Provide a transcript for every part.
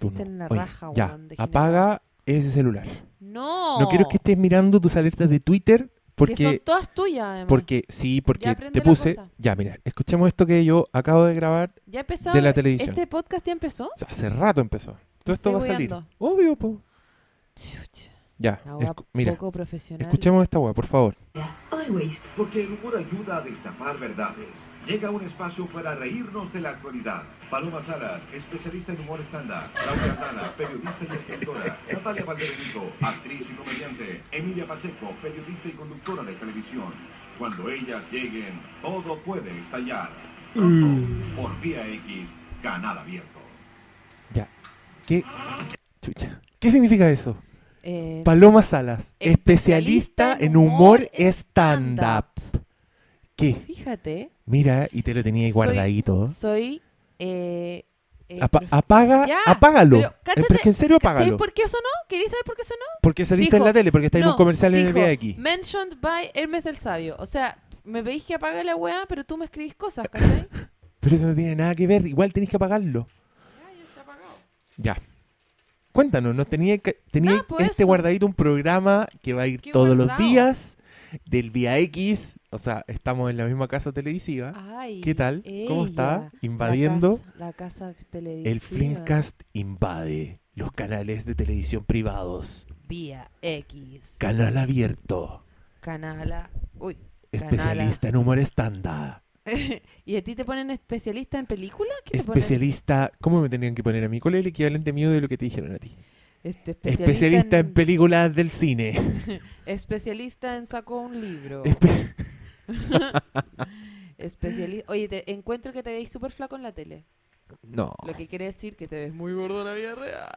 tú estén no. en la Oye, raja, ya, weón, degenerado. apaga ese celular. No. No quiero que estés mirando tus alertas de Twitter Que son porque... todas tuyas, además. Porque Ya aprende te la puse... cosa. Ya, mira, escuchemos esto que yo acabo de grabar. ¿Ya empezó? de la televisión. ¿Este podcast ya empezó? O sea, hace rato empezó. Todo Me esto va a estoy salir. hueando. Obvio, po. Chucha, Ya, la wea mira, poco profesional. escuchemos esta weá, por favor. Always. Porque el humor ayuda a destapar verdades. Llega un espacio para reírnos de la actualidad. Paloma Salas, especialista en humor estándar. Claudia Aldana, periodista y escritora. Natalia Valdebenito, actriz y comediante. Emilia Pacheco, periodista y conductora de televisión. Cuando ellas lleguen, todo puede estallar. Pronto, por Vía X, canal abierto. Ya. ¿Qué? Chucha. ¿Qué significa eso? Eh, Paloma Salas, especialista especialista en humor stand-up. ¿Qué? Fíjate, Mira, y te lo tenía ahí Soy- guardadito. soy... Apaga, Ya, apágalo. pero cáchate, Pero es que en serio ¿sabes apágalo. por qué sonó? ¿Queréis saber por qué sonó? Porque saliste en Dijo, la tele, porque está en un comercial en el dijo, VX. Mentioned by Hermes el Sabio. O sea, me veis que apague la weá, pero tú me escribís cosas, ¿cachai? Pero eso no tiene nada que ver. Igual tenés que apagarlo. Ya está apagado. Ya. Cuéntanos, ¿no? Tenía pues este eso. guardadito un programa que va a ir Qué todos los guardado. días del Vía X. O sea, estamos en la misma casa televisiva. Ay, ¿Qué tal? ¿Cómo está? ella, Invadiendo. la casa televisiva. El Flimcast invade los canales de televisión privados. Vía X. Canal abierto. Canala. Uy. Especialista en humor estándar. ¿Y a ti te ponen especialista en película? ¿Qué te ponen? Especialista. ¿Cómo me tenían que poner a mí? ¿Cuál es el equivalente mío de lo que te dijeron a ti? Especialista en películas del cine. Especialista en sacó un libro. Espe- Especialista. Oye, te encuentro que te veis súper flaco en la tele. No. Lo que quiere decir que te ves muy gordo en la vida real.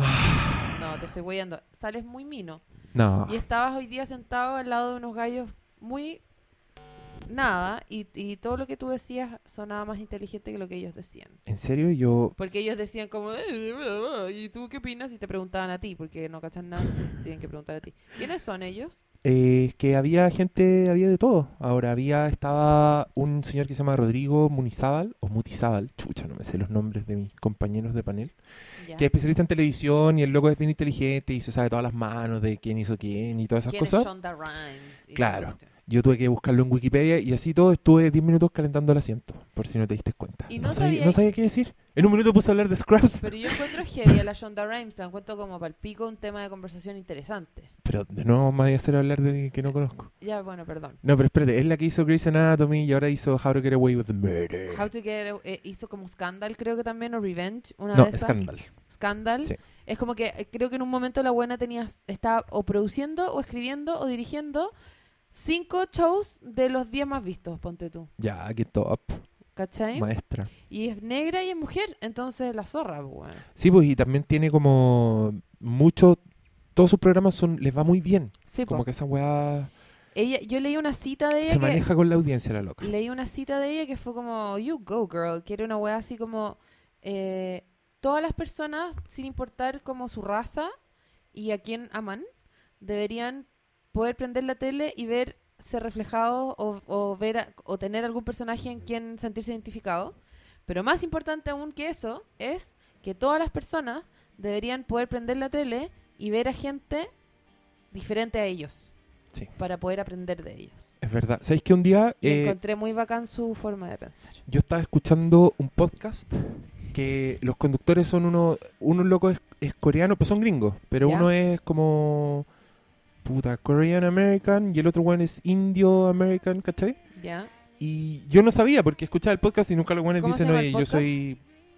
No, te estoy guiando. Sales muy mino. No. Y estabas hoy día sentado al lado de unos gallos muy nada. Y todo lo que tú decías sonaba más inteligente que lo que ellos decían. ¿En serio? Yo... Porque ellos decían como, ¿y tú qué opinas? Y te preguntaban a ti, porque no cachan nada, tienen que preguntar a ti. ¿Quiénes son ellos? que había de todo. Ahora estaba un señor que se llama Rodrigo Munizábal, o Mutizábal, chucha, no me sé los nombres de mis compañeros de panel, Ya. que es especialista en televisión y el loco es bien inteligente y se sabe todas las manos de quién hizo quién y todas esas ¿Quién es cosas. Shonda Rhimes? Y Claro. la cuestión. Yo tuve que buscarlo en Wikipedia y así todo estuve 10 minutos calentando el asiento, por si no te diste cuenta. Y no no sabía, sabía- no sabía qué decir. En un minuto puse a hablar de Scrubs, Pero yo encuentro heavy a la Shonda Rhimes, la encuentro como palpico un tema de conversación interesante. pero de nuevo me voy a hacer hablar de que no conozco. Ya, bueno, perdón. No, pero espérate, es la que hizo Grey's Anatomy y ahora hizo How to Get Away with Murder. How to Get hizo como Scandal, creo que también, o Revenge, una No, de esas. Scandal. Scandal. Sí. Es como que creo que en un momento la buena estaba o produciendo, o escribiendo, o dirigiendo 5 shows de los 10 más vistos, ponte tú. Ya, qué top, ¿Cachai? maestra. Y es negra y es mujer, entonces la zorra, pues, weón. Sí, pues y también tiene como mucho, todos sus programas les va muy bien. Sí, Como po. que esa weá Yo leí una cita de ella se maneja con la audiencia, la loca. leí una cita de ella que fue como You go girl, que era una weá así como todas las personas, sin importar como su raza y a quién aman, deberían poder prender la tele y verse reflejados o ver o tener algún personaje en quien sentirse identificado. Pero más importante aún que eso es que todas las personas deberían poder prender la tele y ver a gente diferente a ellos. Sí. Para poder aprender de ellos. Es verdad. ¿Sabéis que un día Y encontré muy bacán su forma de pensar. yo estaba escuchando un podcast que los conductores son uno loco es coreano, pues son gringos, pero ¿Ya? uno es como puta Korean American y el otro one es Indio American, ¿cachai? ¿Ya? Y yo no sabía porque escuchaba el podcast y nunca los buenos ¿Cómo se dicen, llama oye, el yo podcast? soy...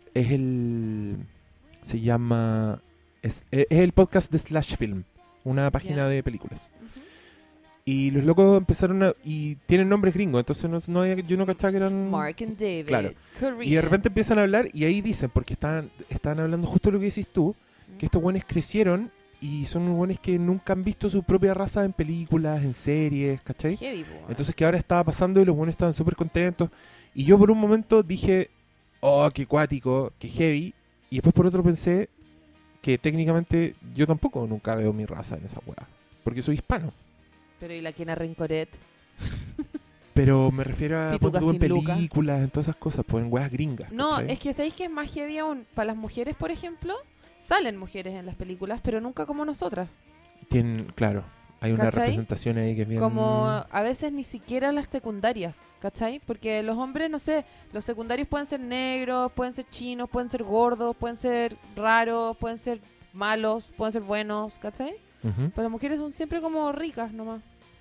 Se llama... Es el podcast de Slash Film, una página Ya. de películas. Ujú. Y los locos empezaron y tienen nombres gringos, entonces yo no cachaba que eran... Mark and David. Claro. Korean. Y de repente empiezan a hablar y ahí dicen, porque estaban hablando justo lo que decís tú, que estos buenos crecieron y son unos buenos que nunca han visto su propia raza en películas, en series, ¿cachai? Heavy, po, Entonces que ahora estaba pasando y los buenos estaban súper contentos. Y yo por un momento dije, oh, qué cuático, qué heavy. Y después por otro pensé que técnicamente yo tampoco nunca veo mi raza en esa weá. Porque soy hispano. Pero ¿y la Kina Rencoret? Pero me refiero a Pituca ponte tú en sin Luca. películas, en todas esas cosas, pues en weas gringas. No, ¿cachai? es que ¿sabéis que es más heavy aún? Para las mujeres, por ejemplo, Salen mujeres en las películas, pero nunca como nosotras. Claro, hay una ¿Cachai? representación ahí que es bien... Como a veces ni siquiera las secundarias, ¿cachai? Porque los hombres, no sé, los secundarios pueden ser negros, pueden ser chinos, pueden ser gordos, pueden ser raros, pueden ser malos, pueden ser buenos, ¿cachai? Ujú. Pero las mujeres son siempre como ricas nomás.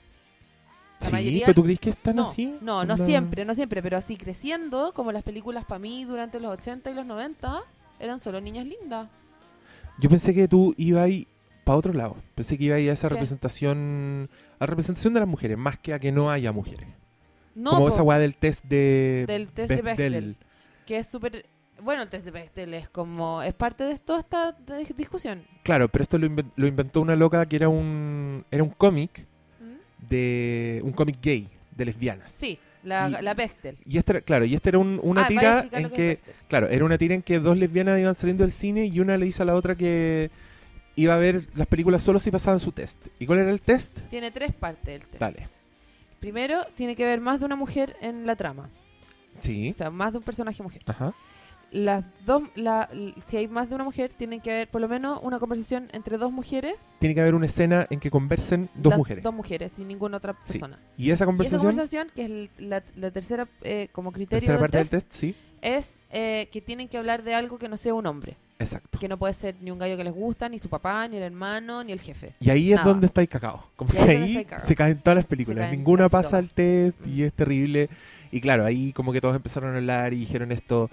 La Sí, mayoría- pero ¿tú crees que están No, así? no Onda- siempre, pero así creciendo, como las películas para mí durante los 80 y los 90, eran solo niñas lindas. Yo pensé que tú ibas ahí para otro lado. Pensé que ibas ahí a esa ¿Qué? representación... A la representación de las mujeres, más que a que no haya mujeres. No, Como po, esa weá del test de... del test de Bechdel, que es súper... Bueno, el test de Bechdel es como... Es parte de toda esta discusión. Claro, pero esto lo inventó una loca que era un cómic ¿Mm? un cómic gay de lesbianas. Sí, Y- la Bechdel. Y esta era una Ah, tira vaya a explicar en lo que que, es Bechdel. claro, era una tira en que dos lesbianas iban saliendo del cine y una le dice a la otra que iba a ver las películas solo si pasaban su test. ¿Y cuál era el test? Tiene 3 partes el test. Dale. Primero, tiene que haber más de una mujer en la trama. Sí. O sea, más de un personaje mujer. Ajá. Las dos, si hay más de una mujer, tiene que haber por lo menos una conversación entre 2 mujeres. Tiene que haber una escena en que conversen dos las mujeres. 2 mujeres, sin ninguna otra Sí. persona. Y esa Y esa conversación, conversación, que es la tercera como criterio tercera del parte test, del test, sí. es que tienen que hablar de algo que no sea un hombre. Exacto. Que no puede ser ni un gallo que les gusta, ni su papá, ni el hermano, ni el jefe. Y ahí es Nada. donde estáis cagados. Como Y que ahí es donde ahí estáis cagados. se caen todas las Se películas. caen Ninguna casi pasa todas. el test y Mm. es terrible. Y claro, ahí como que todos empezaron a hablar y dijeron esto.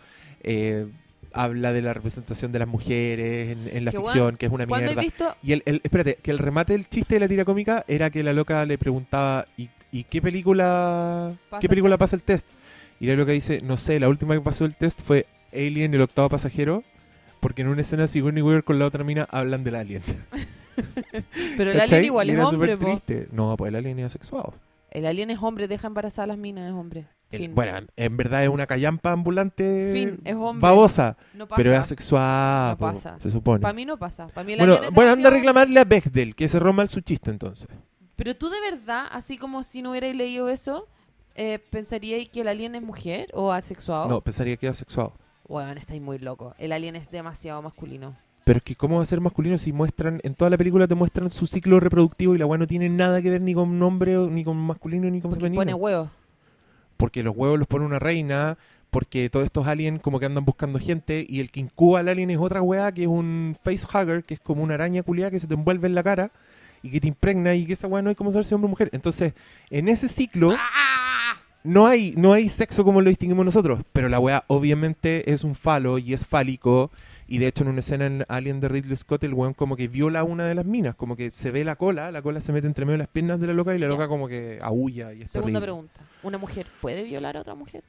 Habla de la representación de las mujeres en la Que ficción, bueno, que es una ¿Cuándo he mierda. visto? Y espérate, que el remate del chiste de la tira cómica era que la loca le preguntaba ¿y qué película Pasa qué el película test? pasa el test? Y la loca dice, no sé, la última que pasó el test fue Alien, el octavo pasajero, porque en una escena Sigourney Weaver con la otra mina hablan del alien. Pero el ¿Cachai? alien igual Y es era hombre, súper po. triste. No, pues el alien es asexuado. El alien es hombre, deja embarazadas a las minas, es hombre. Fin. Bueno, en verdad es una callampa ambulante Fin, es hombre. babosa, No pasa. pero es asexuada, No pasa. se supone. Para mí no pasa. Para mí el Bueno, alien es anda a demasiado- reclamarle a Bechdel que cerró mal su chiste entonces. Pero tú de verdad, así como si no hubierais leído eso, ¿pensaríais que el alien es mujer o asexuado? No, pensaría que era asexuado. Bueno, estáis muy loco. El alien es demasiado masculino. Pero es que ¿cómo va a ser masculino si muestran, en toda la película te muestran su ciclo reproductivo y la weá no tiene nada que ver ni con hombre, ni con masculino, ni con Porque femenino? pone huevos. Porque los huevos los pone una reina, porque todos estos aliens como que andan buscando gente y el que incuba al alien es otra weá que es un facehugger, que es como una araña culiada que se te envuelve en la cara y que te impregna y que esa weá no hay como saber si es hombre o mujer. Entonces, en ese ciclo ¡Ah! no hay sexo como lo distinguimos nosotros, pero la weá obviamente es un falo y es fálico. Y de hecho en una escena en Alien de Ridley Scott el weón como que viola a una de las minas, como que se ve la cola se mete entre medio de las piernas de la loca y la Ya. loca como que aúlla y es Segunda terrible. pregunta. ¿Una mujer puede violar a otra mujer?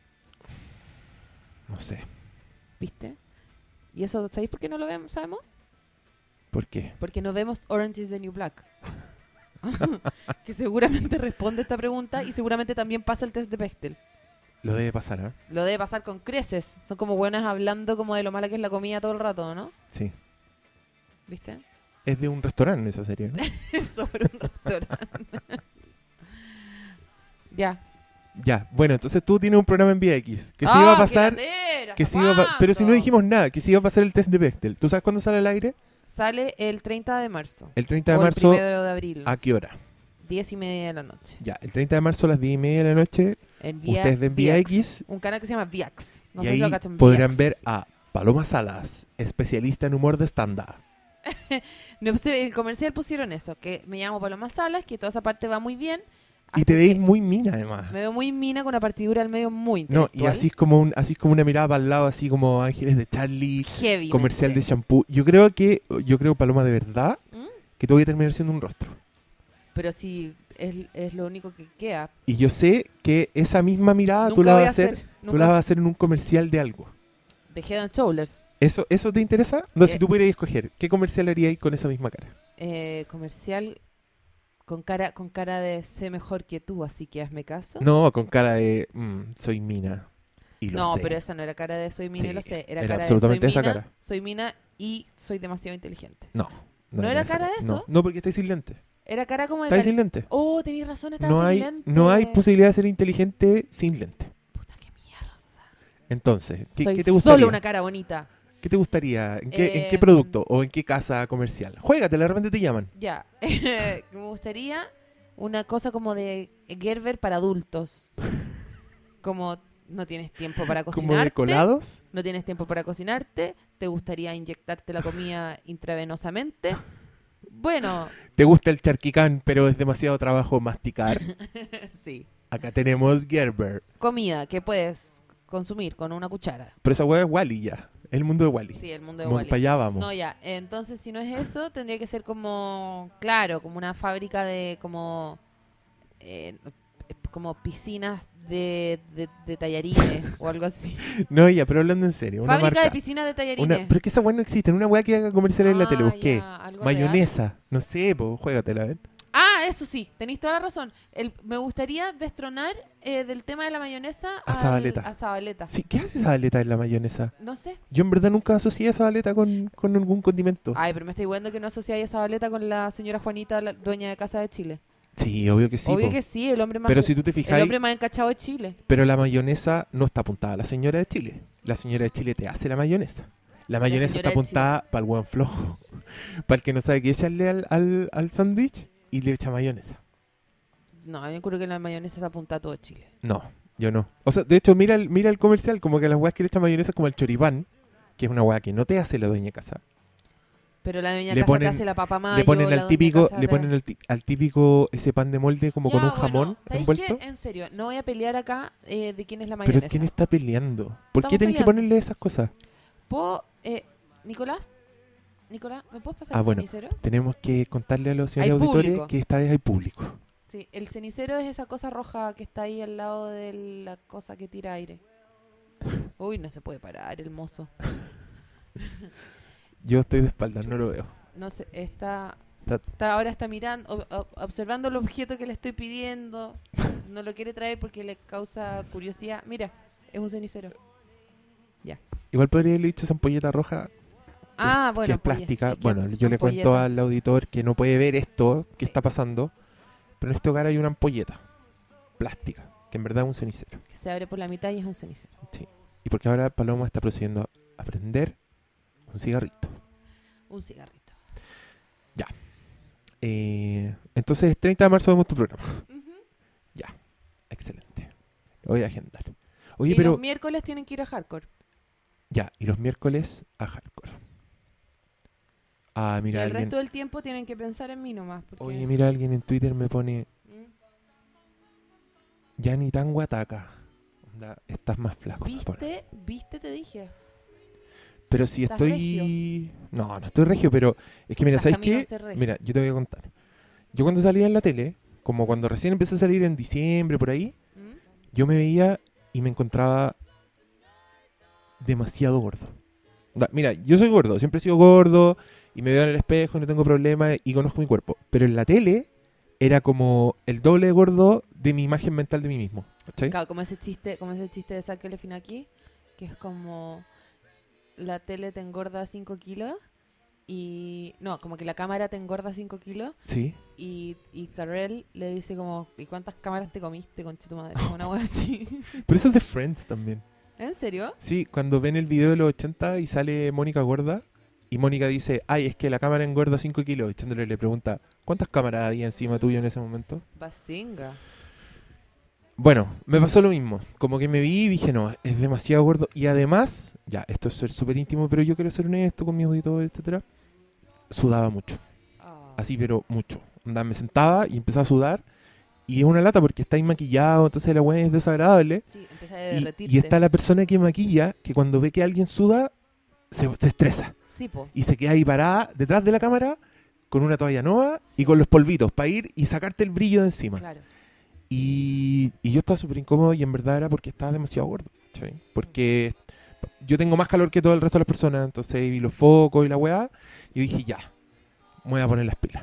No sé, ¿Viste? ¿Y eso sabéis por qué no lo vemos, sabemos? ¿por qué? Porque no vemos Orange is the New Black. Que seguramente responde esta pregunta y seguramente también pasa el test de Bechdel. Lo debe pasar, ¿eh? Lo debe pasar con creces. Son como buenas hablando como de lo mala que es la comida todo el rato, ¿no? Sí. ¿Viste? Es de un restaurante esa serie, ¿no? Sobre un restaurante. Ya. Ya, bueno, entonces tú tienes un programa en VX que se ¡Ah, iba a qué pasar, latera! que ¿Hasta se iba pero si no cuándo? dijimos nada, que se iba a pasar el test de Bechdel. ¿Tú sabes cuándo sale al aire? Sale el 30 de marzo. El 30 de o marzo, el 1 de abril. ¿a qué hora? 10:30 de la noche. Ya, el 30 de marzo a las 10:30 de la noche, En ustedes ven VX Un canal que se llama VX. No y sé si lo ahí cachan. podrán VX. ver a Paloma Salas, especialista en humor de stand-up. No sé, el comercial pusieron eso, que me llamo Paloma Salas, que toda esa parte va muy bien. Y hasta te veis que muy mina, además. me veo muy mina con una partidura al medio muy No, intelectual. y así es como una mirada para el lado, así como Ángeles de Charlie, Heavy. comercial de shampoo. Yo creo, Paloma, de verdad, ¿Mm? que te voy a terminar siendo un rostro. Pero si es lo único que queda. Y yo sé que esa misma mirada tú Nunca la voy vas a hacer, tú nunca- la vas a hacer en un comercial de algo. de Head and Shoulders. ¿Eso te interesa? No, si Eh. tú pudieras escoger, ¿qué comercial harías con esa misma cara? Comercial con cara de sé mejor que tú, así que hazme caso. No, con cara de soy mina. Y lo No, sé. pero esa no era cara de soy mina y Sí, lo sé. Era era cara absolutamente de soy esa mina, cara. soy mina y soy demasiado inteligente. No. ¿No era esa cara de eso? No, porque estáis sin lente. Era cara como de... Estáis sin lente. Oh, tenías razón, estaba No sin hay, lente. no hay posibilidad de ser inteligente sin lente. Puta, qué mierda. Entonces, Soy ¿qué te gustaría? solo una cara bonita. ¿Qué te gustaría? ¿En qué Em, producto o en qué casa comercial? Juégatela, de repente te llaman. Ya. Me gustaría una cosa como de Gerber para adultos. Como no tienes tiempo para Como de cocinarte. colados. No tienes tiempo para cocinarte. Te gustaría inyectarte la comida intravenosamente. Bueno, Te gusta el charquicán, pero es demasiado trabajo masticar. sí. Acá tenemos Gerber. Comida que puedes consumir con una cuchara. Pero esa hueá es Wally ya. Es el mundo de Wally. Sí, el mundo de Como Wally. para allá vamos. No, ya. Entonces, si no es eso, tendría que ser como, claro, como una fábrica de como piscinas de tallarines o algo así. No, ya, pero hablando en serio. Una Fábrica marca. de piscinas de tallarines. Pero es que esa hueá no existe. Una hueá que haga comercial en la tele. Busqué. Ya, algo Mayonesa. No sé, pues juégatela, a ver. Ah, eso sí, tenéis toda la razón. Me gustaría destronar del tema de la mayonesa A Zabaleta. a Zabaleta. Sí, ¿qué hace esa aleta en la mayonesa? No sé. Yo en verdad nunca asocié esa aleta con algún condimento. Ay, pero me estoy viendo que no asociáis a Zabaleta con la señora Juanita, la dueña de Casa de Chile. Sí, obvio que sí. Obvio po. que sí, el hombre más, Pero si tú te el fijáis, hombre más encachado de Chile. pero la mayonesa no está apuntada a la señora de Chile. La señora de Chile te hace la mayonesa. La mayonesa señora está de Chile. apuntada para el buen flojo. Para el que no sabe qué echarle al sándwich y le echa mayonesa. No, yo creo que la mayonesa se apunta a todo Chile. No, yo no. O sea, de hecho, mira el comercial, como que las weas que le echan mayonesa es como el choripán, que es una wea que no te hace la dueña de casa. Pero la dueña Le casa ponen- te hace la papa mayo. le ponen la al dueña típico, casa le te- ponen al típico ese pan de molde como con Ya, un jamón bueno, ¿sabéis envuelto. qué? En serio, no voy a pelear acá de quién es la Pero mayonesa. ¿quién está peleando? ¿Por qué Estamos tenés que peleando. ponerle esas cosas? ¿Puedo, Nicolás, ¿me puedes pasar Ah, el bueno. cenicero? Tenemos que contarle a los señores Hay auditores público. que esta vez hay público. Sí, el cenicero es esa cosa roja que está ahí al lado de la cosa que tira aire. Uy, no se puede parar el mozo. Yo estoy de espaldas, no lo veo. No sé, está Está- ahora está mirando, observando el objeto que le estoy pidiendo. No lo quiere traer porque le causa curiosidad. Mira, es un cenicero. Igual podría haberle dicho esa ampolleta roja Ah, bueno. que es ampolla. plástica. Es que Bueno, yo le cuento ampolleta. al auditor que no puede ver esto que Sí. está pasando, pero en este hogar hay una ampolleta plástica, que en verdad es un cenicero. Que se abre por la mitad y es un cenicero. Sí. Y porque ahora Paloma está procediendo a prender un cigarrito. Un cigarrito. Entonces, 30 de marzo vemos tu programa. Ujú. Ya, excelente. Lo voy a agendar. Oye, Y pero... los miércoles tienen que ir a Hardcore. Ya, y los miércoles a Hardcore. Ah, Y mira, el alguien... resto del tiempo tienen que pensar en mí nomás. Porque... Oye, mira, alguien en Twitter me pone... ¿Mm? Ya ni tan guataca. Onda, estás más flaco. Papola. ¿Viste? Te dije. Pero si ¿Estás estoy... No, no estoy regio, pero... Es que mira, Estás ¿sabes camino qué? a ser regio. Mira, yo te voy a contar. Yo cuando salía en la tele, como cuando recién empecé a salir en diciembre, por ahí, ¿Mm? yo me veía y me encontraba demasiado gordo. Mira, yo soy gordo, siempre he sido gordo y me veo en el espejo, no tengo problema y conozco mi cuerpo. Pero en la tele era como el doble de gordo de mi imagen mental de mí mismo. ¿Cachai? Claro, como ese chiste de Sáquele fin aquí, que es como la tele te engorda 5 kilos y... No, como que la cámara te engorda 5 kilos Sí. y Carrell le dice como, ¿y cuántas cámaras te comiste, concha tu madre? Como una wea así. Pero eso es de Friends también. ¿En serio? Sí, cuando ven el video de los 80 y sale Mónica gorda y Mónica dice, ay, es que la cámara engorda 5 kilos. Echándole le pregunta, ¿cuántas cámaras había encima tuyo en ese momento? Basinga. Bueno, me pasó lo mismo. Como que me vi y dije, no, es demasiado gordo. Y además, ya, esto es ser súper íntimo, pero yo quiero ser honesto con mis auditores, etcétera. Sudaba mucho. Ah. Así, pero mucho. Onda, me sentaba y empezaba a sudar. Y es una lata porque está maquillado, entonces la weá es desagradable. Sí, empieza a Y, derretirte. y está la persona que maquilla, que cuando ve que alguien suda, se estresa. Sí, po. Y se queda ahí parada detrás de la cámara con una toalla nueva Sí. y con los polvitos para ir y sacarte el brillo de encima. Claro. Y yo estaba súper incómodo y en verdad era porque estaba demasiado gordo. ¿Sí? Porque yo tengo más calor que todo el resto de las personas, entonces vi los focos y la weá. Y dije, ya, me voy a poner las pilas.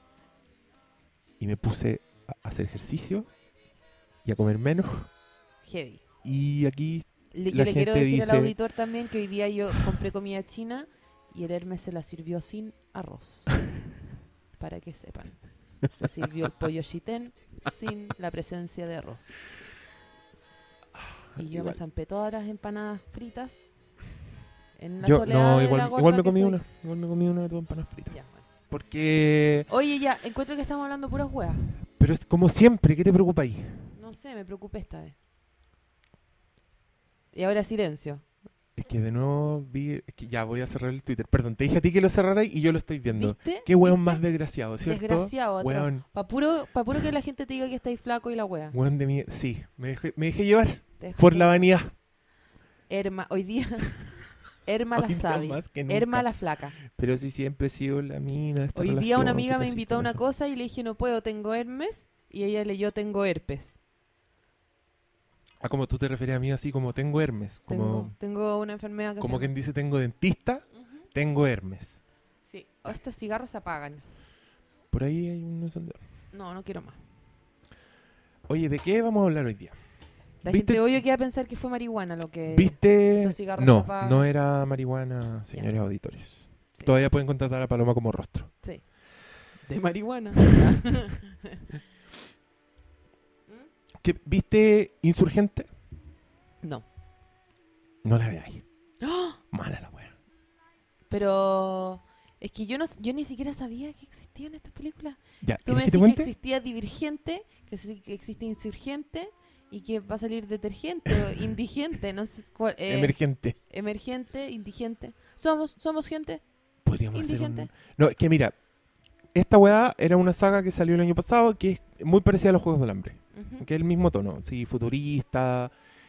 Y me puse a hacer ejercicio y a comer menos. Heavy. Y aquí, Yo La le quiero gente decir dice- al auditor también que hoy día yo compré comida china y el Hermes se la sirvió sin arroz. Para que sepan. Se sirvió el pollo chitén sin la presencia de arroz. Y yo me igual, zampé todas las empanadas fritas En la Yo, soledad no, de igual, la gorda igual me que comí soy. una. Igual me comí una de tus empanadas fritas. Ya, bueno. Porque... Oye, ya, encuentro que estamos hablando puras weas. Pero es como siempre, ¿qué te preocupa ahí? No sé, me preocupé esta vez. Y ahora silencio. Es que de nuevo vi... Es que ya voy a cerrar el Twitter. Perdón, te dije a ti que lo cerraras y yo lo estoy viendo. ¿Viste? Qué weón ¿Viste? más desgraciado, ¿cierto? Desgraciado, otro. Weón, Pa' puro que la gente te diga que estáis flaco y la wea. weón de mí. Sí, me dejé llevar Déjate. por la vanidad. Hoy día... Herma la Hoy día sabe. más que nunca. Herma la flaca. Pero sí siempre he sido la mina de esta Hoy día relación, una amiga ¿qué me te invitó a haces una con cosa y le dije no puedo, tengo Hermes. Y ella leyó tengo herpes. eso? Ah, como tú te refieres a mí así como tengo Hermes. Como, Tengo una enfermedad que como se quien llama- dice tengo dentista, Ujú. tengo Hermes. Sí, estos cigarros se apagan. Por ahí hay un encendedor. No quiero más. Oye, ¿de qué vamos a hablar hoy día? La ¿Viste? gente obvio que va a pensar que fue marihuana lo que... ¿Viste? estos cigarros No, apagan. no era marihuana, señores auditores. Sí. Todavía pueden contratar a Paloma como rostro. Sí. De marihuana. ¿Qué, ¿Viste Insurgente? No. No la veáis. ¡Ah! Mala la wea. Pero... Es que yo ni siquiera sabía que existían estas películas. Ya, Tú me ¿quieres que te decís que cuente? existía Divergente, que existe Insurgente y que va a salir Detergente o Indigente, no sé cuál. Emergente. Emergente, Indigente. Somos gente. Podríamos hacer un... Indigente. No, es que mira, esta weá era una saga que salió el año pasado que es muy parecida a los Juegos del Hambre. Ujú. Que es el mismo tono, sí, futurista,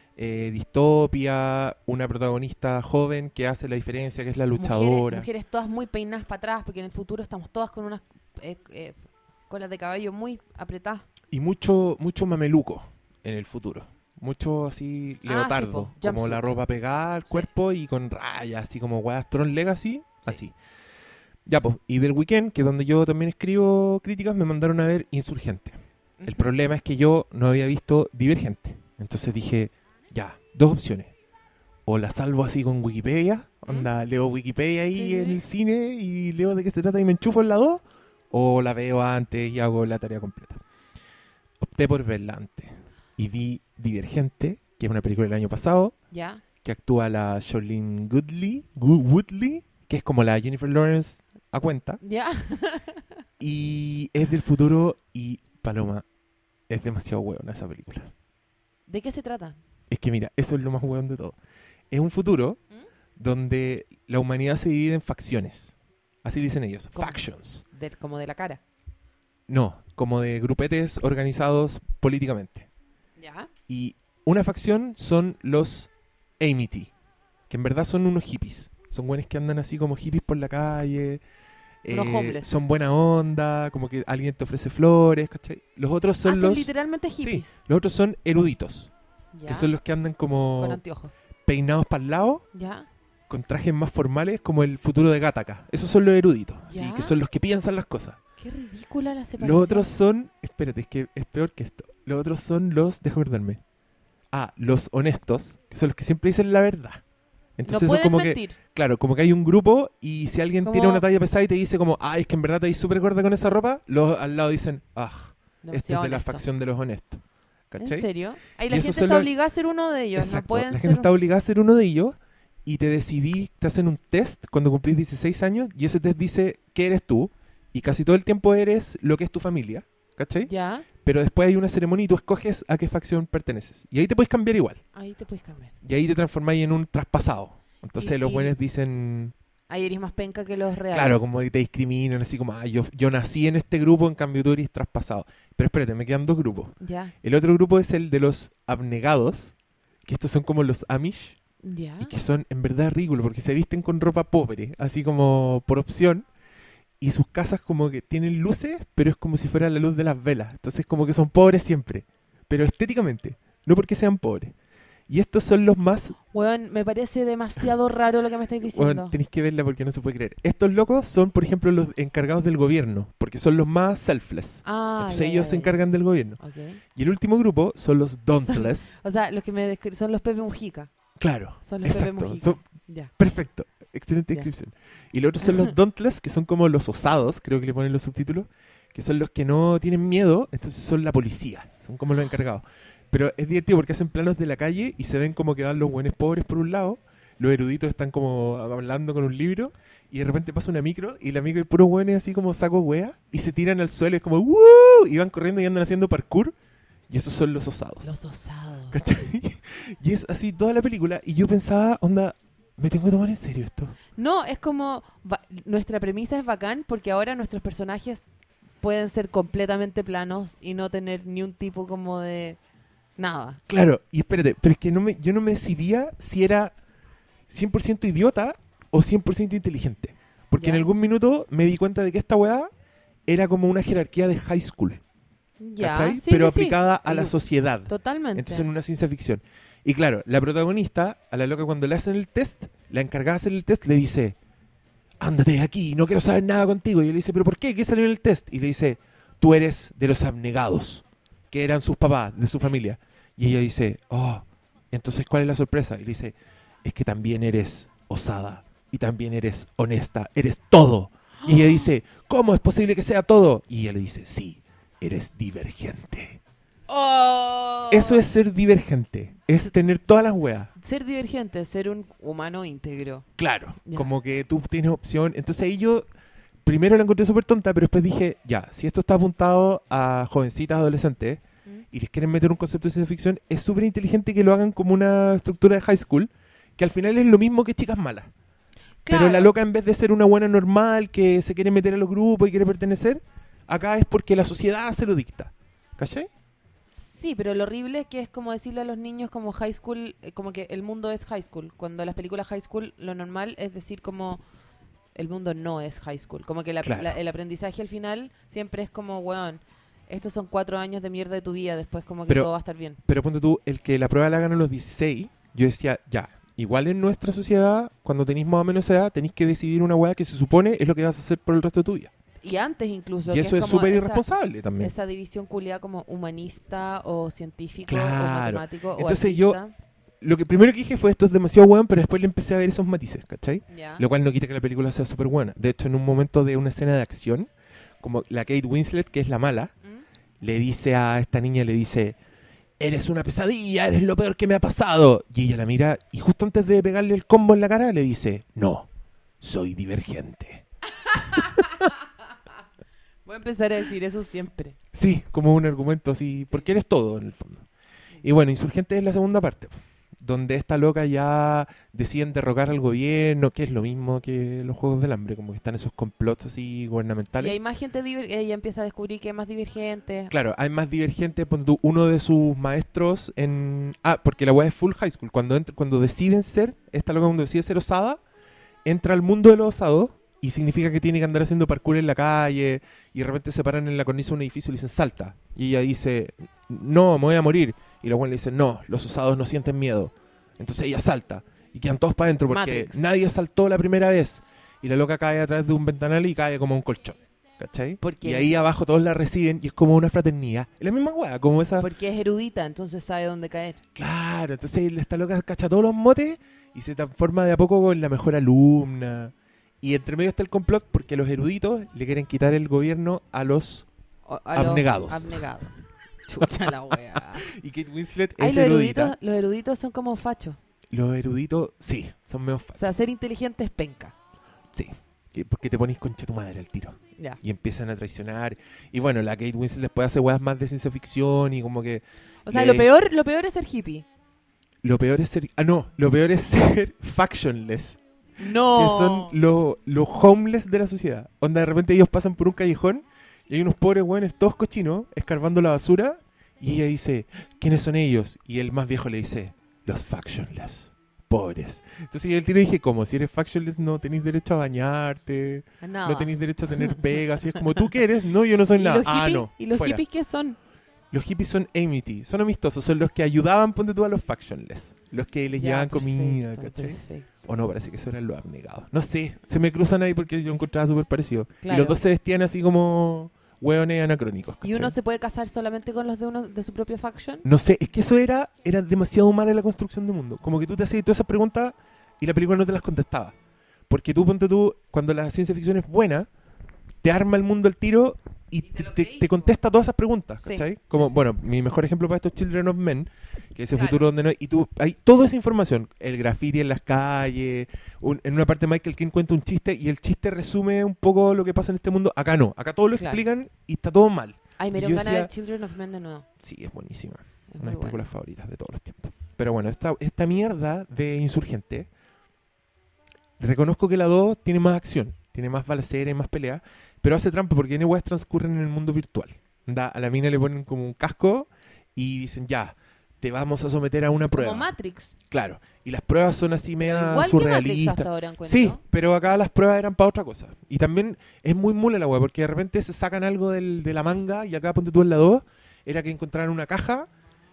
distopia, una protagonista joven que hace la diferencia, que es la luchadora. Mujeres todas muy peinadas para atrás, porque en el futuro estamos todas con unas colas de caballo muy apretadas. Y mucho mameluco en el futuro. Mucho así leotardo, po, como jumpsuit. la ropa pegada al Sí. cuerpo y con rayas, así como weas Tron Legacy, Sí. así. Ya, pues, y del Weekend, que es donde yo también escribo críticas, me mandaron a ver Insurgente. El Ujú. problema es que yo no había visto Divergente. Entonces dije, ya, dos opciones. O la salvo así con Wikipedia, onda, leo Wikipedia ahí Sí, sí, en sí. el cine y leo de qué se trata y me enchufo en la 2, o la veo antes y hago la tarea completa. Opté por verla antes y vi Divergente, que es una película del año pasado, Ya. que actúa la Shailene Woodley, que es como la Jennifer Lawrence a cuenta, Ya. y es del futuro y Paloma, es demasiado hueona esa película. ¿De qué se trata? Es que mira, eso es lo más hueón de todo. Es un futuro ¿Mm? donde la humanidad se divide en facciones. Así dicen ellos, ¿Cómo? factions. Como de la cara. No, como de grupetes organizados políticamente. Ya. Y una facción son los Amity, que en verdad son unos hippies. Son buenos que andan así como hippies por la calle. Unos homeless. Son buena onda, como que alguien te ofrece flores, ¿cachai? Los otros son Son los... literalmente Sí, hippies. los otros son eruditos, Ya. que son los que andan como Con anteojos. peinados para el lado, Ya. con trajes más formales, como el futuro de Gattaca. Esos son los eruditos, así ¿Ya? que son los que piensan las cosas. Qué ridícula la separación. Los otros son... Espérate, es que es peor que esto. Los otros son los... Déjame acordarme. Los honestos, que son los que siempre dicen la verdad. Entonces no son pueden como que... mentir. Claro, como que hay un grupo y si alguien tira Como- una talla pesada y te dice como, es que en verdad te ves súper gorda con esa ropa, los al lado dicen, este es Demasiado de la honesto. facción de los honestos. ¿Cachai? ¿En serio? Ahí Y la esos gente son está los- obligada a ser uno de ellos. Exacto, No pueden la ser... gente está obligada a hacer uno de ellos y te hacen un test cuando cumplís 16 años y ese test dice qué eres tú y casi todo el tiempo eres lo que es tu familia, ¿cachai? Ya. Pero después hay una ceremonia y tú escoges a qué facción perteneces. Y ahí te puedes cambiar igual. Ahí te puedes cambiar. Y ahí te transformáis en un traspasado. Entonces los y- buenos dicen... Ahí eres más penca que los reales. Claro, como que te discriminan, así como, yo nací en este grupo, en cambio tú eres traspasado. Pero espérate, me quedan dos grupos. Ya. El otro grupo es el de los abnegados, que estos son como los Amish, Ya. y que son en verdad ridículos, porque se visten con ropa pobre, así como por opción, y sus casas como que tienen luces, pero es como si fuera la luz de las velas. Entonces como que son pobres siempre, pero estéticamente, no porque sean pobres. Y estos son los más... Weón, me parece demasiado raro lo que me estáis diciendo. Bueno, tenéis que verla porque no se puede creer. Estos locos son, por ejemplo, los encargados del gobierno, porque son los más selfless. Ah, Entonces ya, ellos ya, se ya. encargan del gobierno. Ok. Y el último grupo son los Dauntless. O sea, los que me son los Pepe Mujica. Claro, Son los Pepe exacto. Mujica. Son- Ya. perfecto, excelente Ya. descripción. Y los otros son los Dauntless, que son como los osados, creo que le ponen los subtítulos, que son los que no tienen miedo, entonces son la policía, son como los encargados. Pero es divertido porque hacen planos de la calle y se ven como que van los buenos pobres por un lado, los eruditos están como hablando con un libro y de repente pasa una micro y la micro hay puros hueones así como saco hueá y se tiran al suelo y es como ¡woo! Y van corriendo y andan haciendo parkour y esos son los osados. Los osados. ¿Cachai? Y es así toda la película y yo pensaba, onda, ¿me tengo que tomar en serio esto? No, es como... nuestra premisa es bacán porque ahora nuestros personajes pueden ser completamente planos y no tener ni un tipo como de... nada. Claro, y espérate, pero es que yo no me decidía si era 100% idiota o 100% inteligente. Porque en Ya. algún minuto me di cuenta de que esta weá era como una jerarquía de high school, Ya, ¿cachai? sí, Pero sí, sí. aplicada a la Y- sociedad. Totalmente. Entonces en una ciencia ficción. Y claro, la protagonista, a la loca cuando le hacen el test, la encargada de hacer el test, le dice, ándate de aquí, no quiero saber nada contigo. Y él le dice, ¿pero por qué? ¿Qué salió en el test? Y le dice, tú eres de los abnegados, que eran sus papás, de su familia. Y ella dice, oh, entonces ¿cuál es la sorpresa? Y le dice, es que también eres osada y también eres honesta, eres todo. Y ella dice, ¿cómo es posible que sea todo? Y ella le dice, sí, eres divergente. ¡Oh! Eso es ser divergente, es tener todas las weas. Ser divergente, ser un humano íntegro. Claro, Ya. como que tú tienes opción. Entonces ahí yo primero la encontré súper tonta, pero después dije, ya, si esto está apuntado a jovencitas, adolescentes, y les quieren meter un concepto de ciencia ficción, es súper inteligente que lo hagan como una estructura de high school, que al final es lo mismo que chicas malas. Pero la loca, en vez de ser una buena normal que se quiere meter a los grupos y quiere pertenecer, acá es porque la sociedad se lo dicta. ¿Cachai? Sí, pero lo horrible es que es como decirle a los niños como high school, como que el mundo es high school. Cuando las películas high school, lo normal es decir como el mundo no es high school. Como que Claro. el aprendizaje al final siempre es como, weón, estos son 4 años de mierda de tu vida, después como que Pero- todo va a estar bien. Pero ponte tú, el que la prueba la hagan a los 16, yo decía, ya, igual en nuestra sociedad, cuando tenéis más o menos esa edad, tenéis que decidir una weá que se supone es lo que vas a hacer por el resto de tu vida. Y antes incluso. Y que eso es como súper esa- irresponsable también. Esa división culiada como humanista o científico Claro. o matemático Entonces o yo- artista. Lo que primero que dije fue, esto es demasiado weón, pero después le empecé a ver esos matices, ¿cachai? Ya. Lo cual no quita que la película sea súper buena. De hecho, en un momento de una escena de acción, como la Kate Winslet, que es la mala, ¿Mm? le dice a esta niña, le dice, eres una pesadilla, eres lo peor que me ha pasado. Y ella la mira y justo antes de pegarle el combo en la cara, le dice, no, soy divergente. Voy a empezar a decir eso siempre. Sí, como un argumento así, porque eres todo en el fondo. Y bueno, Insurgente es la segunda parte, donde esta loca ya deciden derrocar al gobierno, que es lo mismo que los Juegos del Hambre, como que están esos complots así Y gubernamentales. hay más gente, ella empieza a descubrir que es más divergente. Claro, hay más divergente, ponte tú, uno de sus maestros en... Ah, porque la weá es full high school. Cuando deciden ser, esta loca cuando decide ser osada, entra al mundo de los osados y significa que tiene que andar haciendo parkour en la calle y de repente se paran en la cornisa de un edificio y le dicen salta. Y ella dice, no, me voy a morir. Y los buenos le dicen, no, los osados no sienten miedo. Entonces ella salta y quedan todos para adentro porque Matrix. nadie saltó la primera vez. Y la loca cae a través de un ventanal y cae como un colchón. ¿Cachai? Porque Y ahí abajo todos la reciben y es como una fraternidad. Es la misma weá, como esa... Porque es erudita, entonces sabe dónde caer. Claro, entonces esta loca cacha todos los motes y se transforma de a poco en la mejor alumna. Y entre medio está el complot porque los eruditos le quieren quitar el gobierno a los... A los Abnegados. abnegados. Chucha la wea. Y Kate Winslet Ay, es erudita. los eruditos son como fachos. Los eruditos, sí, son medio O fachos. sea, ser inteligente es penca. Sí, porque te ponís concha tu madre al tiro. Ya. Y empiezan a traicionar. Y bueno, la Kate Winslet después hace weas más de ciencia ficción y como que... O sea, le- lo peor es ser hippie. Lo peor es ser... Ah, no, lo peor es ser factionless. No. Que son los homeless de la sociedad. Onda, de repente ellos pasan por un callejón y hay unos pobres güeyes todos cochinos escarbando la basura y ella dice, ¿quiénes son ellos? Y el más viejo le dice, los factionless, pobres. Entonces yo el tiro dije, ¿cómo? Si eres factionless no tenés derecho a bañarte, Nada. no tenés derecho a tener pegas, y es como, ¿tú qué eres? No, yo no soy ¿Y nada. los Ah, hippies? no, ¿Y los fuera. hippies qué son? Los hippies son amity, son amistosos, son los que ayudaban, ponte tú, a los factionless, los que les Ya, llevaban perfecto, comida, ¿cachai? perfecto. O no, parece que eso eran los abnegados. No sé, se me cruzan ahí porque yo encontraba súper parecido. Claro. Y los dos se vestían así como hueones anacrónicos. ¿Y ¿cachai? uno se puede casar solamente con los de uno de su propio faction? No sé, es que eso era demasiado mala la construcción del mundo. Como que tú te hacías todas esas preguntas y la película no te las contestaba. Porque tú, ponte tú, cuando la ciencia ficción es buena, te arma el mundo al tiro y te lo te creís, contesta todas esas preguntas, Sí, ¿cachai? sí, Como, sí. bueno, mi mejor ejemplo para esto es Children of Men, que es ese Claro. futuro donde no hay... Y tú, hay toda esa información, el graffiti en las calles, en una parte Michael King cuenta un chiste y el chiste resume un poco lo que pasa en este mundo. Acá no, acá todo lo Claro. explican y está todo mal. Ay, me Y dieron yo ganas de ver decía- Children of Men de nuevo. Sí, es buenísima. Es Una de muy mis películas buena. favoritas de todos los tiempos. Pero bueno, esta mierda de Insurgente, reconozco que la 2 tiene más acción, tiene más balacera y más pelea, pero hace trampa porque tiene weas transcurren en el mundo virtual. A la mina le ponen como un casco y dicen, ya, te vamos a someter a una prueba. Como Matrix. Claro, y las pruebas son así media Igual que Matrix surrealistas. hasta ahora encuentro. Sí, pero acá las pruebas eran para otra cosa. Y también es muy mula la wea, porque de repente se sacan algo de la manga y acá ponte tú en la 2, era que encontraran una caja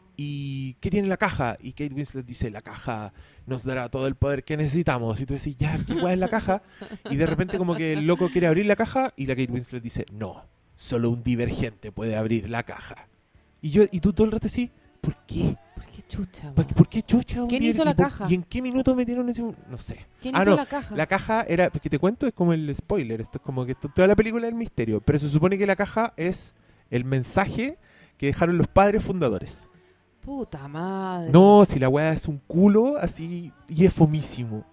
y ¿qué tiene la caja? Y Kate Winslet dice, la caja nos dará todo el poder que necesitamos. Y tú decís, ya, ¿qué wea es la caja? Y de repente como que el loco quiere abrir la caja y la Kate Winslet dice, no, solo un divergente puede abrir la caja. Y tú todo el rato decís, ¿por qué? ¿Por qué chucha? ¿Por qué chucha? un ¿Quién diver- hizo la y por- caja? ¿Y en qué minuto metieron ese? No sé. ¿Quién Ah, hizo no, la caja? La caja era, que te cuento, es como el spoiler. Esto es como que toda la película es el misterio. Pero se supone que la caja es el mensaje que dejaron los padres fundadores. Puta madre. No, si la weá es un culo así y es fomísimo.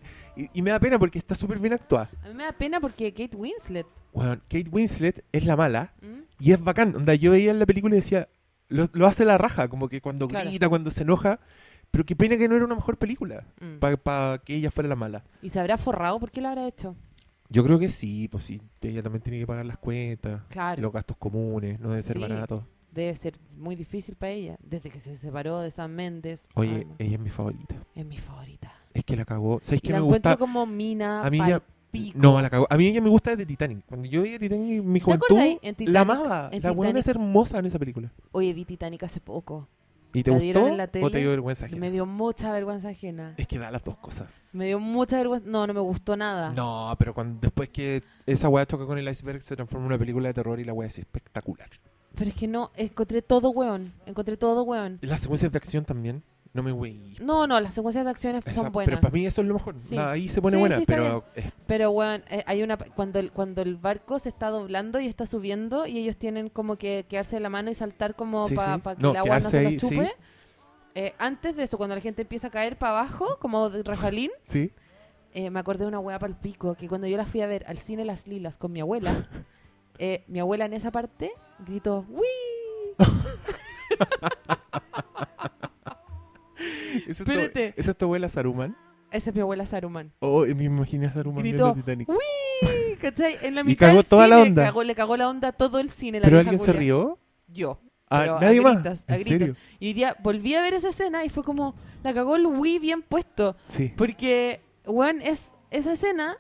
Y me da pena porque está súper bien actuada. A mí me da pena porque Kate Winslet. Bueno, Kate Winslet es la mala ¿m? y es bacán. Onda, yo veía en la película y decía, lo hace la raja, como que cuando Claro. grita, cuando se enoja. Pero qué pena que no era una mejor película Mm. para que ella fuera la mala. ¿Y se habrá forrado? ¿Por qué lo habrá hecho? Yo creo que sí, pues sí, ella también tiene que pagar las cuentas, Claro. los gastos comunes, no debe ser Sí. barato. Debe ser muy difícil para ella. Desde que se separó de Sam Mendes. Oye, Ay, no. ella es mi favorita. Es mi favorita. Es que la cagó. ¿Sabes Y qué la me encuentro gusta? como mina A mí pal ya- pico. No, la cagó. A mí ella me gusta desde Titanic. Cuando yo veía Titanic en mi ¿Te juventud, acuerdas? En Titanic- la amaba. en La buena Titanic- es hermosa en esa película. Oye, vi Titanic hace poco. ¿Y te La dieron gustó en la o tele te dio vergüenza y ajena? me dio mucha vergüenza ajena. Es que da las dos cosas. Me dio mucha vergüenza. No, no me gustó nada. No, pero después que esa weá choca con el iceberg se transforma en una película de terror y la weá es espectacular. Pero es que no, encontré todo weón. Encontré todo weón. Las secuencias de acción también, no me wey. No, no, las secuencias de acciones son buenas. Pero para mí eso es lo mejor. Sí. Ahí se pone Sí, buena, sí, está pero Pero weón, hay una cuando el barco se está doblando y está subiendo y ellos tienen como que quedarse de la mano y saltar como Sí, para sí. que No, el agua no quedarse se los ahí, chupe. sí. Antes de eso, cuando la gente empieza a caer para abajo, como de refalín, sí. me acordé de una weá para el pico, que cuando yo la fui a ver al cine Las Lilas con mi abuela, mi abuela en esa parte gritó, ¡Wii! Espérate. ¿Esa es tu abuela Saruman? Esa es mi abuela Saruman. Oh, me imaginé a Saruman Gritó, viendo Titanic. ¡Wii! ¿Cachai? En la Y mitad cagó del toda la cine, onda. le cagó la onda a todo el cine. La ¿Pero vieja alguien se culia. rió? Yo. Ah, Pero ¿nadie a más? gritos, a ¿En gritos. serio? Y hoy día volví a ver esa escena y fue como, la cagó el Wii bien puesto. Sí. Porque, weón, es esa escena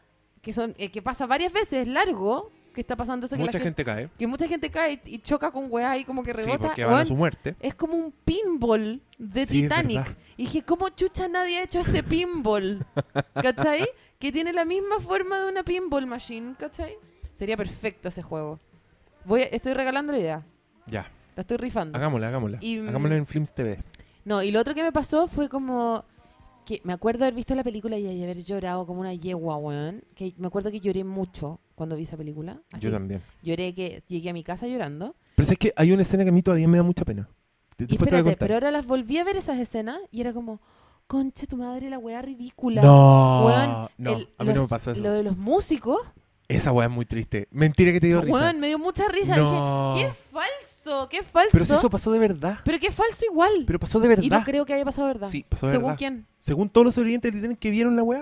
que pasa varias veces, es largo, que está pasando eso, Mucha gente cae. que mucha gente cae y choca con weá y como que Sí, rebota. porque van a Weón, su muerte. es como un pinball de Sí, es Titanic. verdad. Y dije, ¿cómo chucha nadie ha hecho este pinball? ¿Cachai? Que tiene la misma forma de una pinball machine, ¿cachai? Sería perfecto ese juego. Estoy regalando la idea. Ya, La estoy rifando. hagámosla. Y, Hagámosla en Flims TV. No, y lo otro que me pasó fue como que me acuerdo haber visto la película y haber llorado como una yegua, weón. Que me acuerdo que lloré mucho cuando vi esa película. Así, Yo también. lloré que llegué a mi casa llorando. Pero es que hay una escena que a mí todavía me da mucha pena. Y Después te voy a espérate, contar. pero ahora las volví a ver esas escenas y era como, conche tu madre, la weá ridícula. No, Weón, no, a mí no me pasa eso. Lo de los músicos, Esa weá es muy triste. Mentira que te dio risa. weón, me dio mucha risa. No. Dije, qué falso, qué falso. Pero si eso pasó de verdad. Pero qué falso igual. Pero pasó de verdad. Y no creo que haya pasado de verdad. Sí, pasó de ¿Según verdad. quién? Según todos los sobrevivientes de Titanic que vieron la weá.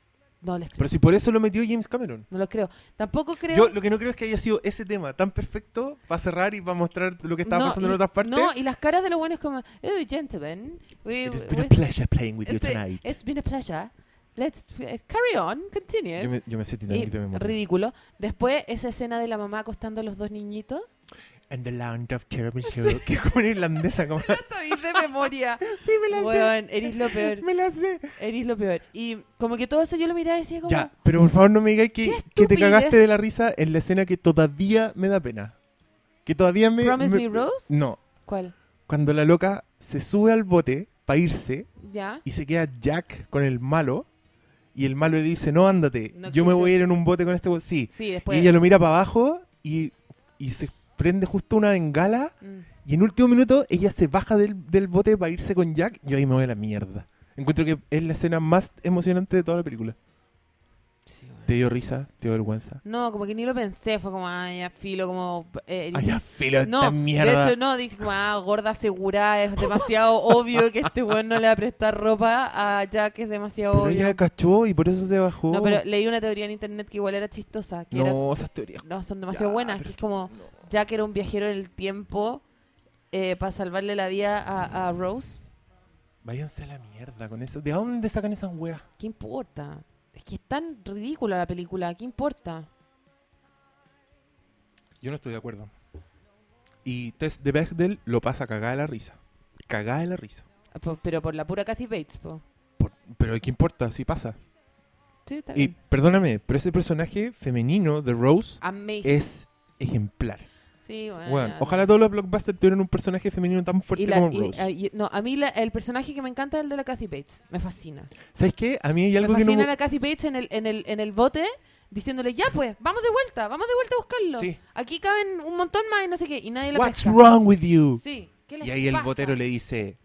No les creo. Pero si por eso lo metió James Cameron. No lo creo. Tampoco creo. Yo lo que no creo es que haya sido ese tema tan perfecto para cerrar y para mostrar lo que estaba pasando en otras partes. No, y las caras de los buenos como, oh, gentlemen, It has been a pleasure playing with you este, tonight. it's been a pleasure. Let's carry on, continue. Yo me sé Y Titanic de memoria. ridículo. Después, esa escena de la mamá acostando a los dos niñitos. And the land of terrible show. Que es como una irlandesa. Como... La sabéis de memoria. sí, me la sé. Weón, eres lo peor. Me la sé. Eres lo peor. Y como que todo eso yo lo miraba y decía como... Ya, pero por favor no me digáis ¡Qué que te estupidez! cagaste de la risa en la escena que todavía me da pena. Que todavía me... ¿Promise me Rose? No. ¿Cuál? Cuando la loca se sube al bote para irse ¿Ya? y se queda Jack con el malo y el malo le dice, no, ándate, No yo me existe. voy a ir en un bote con este bote. Sí. Sí, después... Y ella lo mira para abajo y y se prende justo una bengala Mm. y en último minuto ella se baja del bote para irse con Jack. Yo ahí me voy a la mierda. Encuentro que es la escena más emocionante de toda la película. Sí, bueno. ¿Te dio risa? ¿Te dio vergüenza? No, como que ni lo pensé, fue como, ay, ya filo, como... Ay, ya filo, no, esta mierda. de hecho no, dije como, gorda segura, es demasiado obvio que este weón no le va a prestar ropa a Jack, es demasiado Pero obvio. ella cachó y por eso se bajó. No, pero leí una teoría en internet que igual era chistosa, que No, esas teorías. no, son demasiado Ya, buenas, pero que es como, no. Jack era un viajero del tiempo para salvarle la vida a Rose. Váyanse a la mierda con eso. ¿De dónde sacan esas weas? ¿Qué importa? Es que es tan ridícula la película, ¿qué importa? Yo no estoy de acuerdo. Y Tess de Bechdel lo pasa cagada de la risa. Cagada de la risa. Pero por la pura Kathy Bates, po. Pero ¿qué importa? Si pasa. Sí, está Y bien. perdóname, pero ese personaje femenino de Rose Amazing. es ejemplar. Sí, bueno. Bueno, ojalá todos los blockbusters tuvieran un personaje femenino tan fuerte como Rose. No, a mí el personaje que me encanta es el de la Kathy Bates. Me fascina. ¿Sabes qué? A mí hay Me algo que fascina no... la Kathy Bates en el bote diciéndole, ya pues, vamos de vuelta a buscarlo. Sí. Aquí caben un montón más y no sé qué. Y nadie la What's pesca. wrong with you? Sí. ¿Qué les Y ahí el pasa? botero le dice...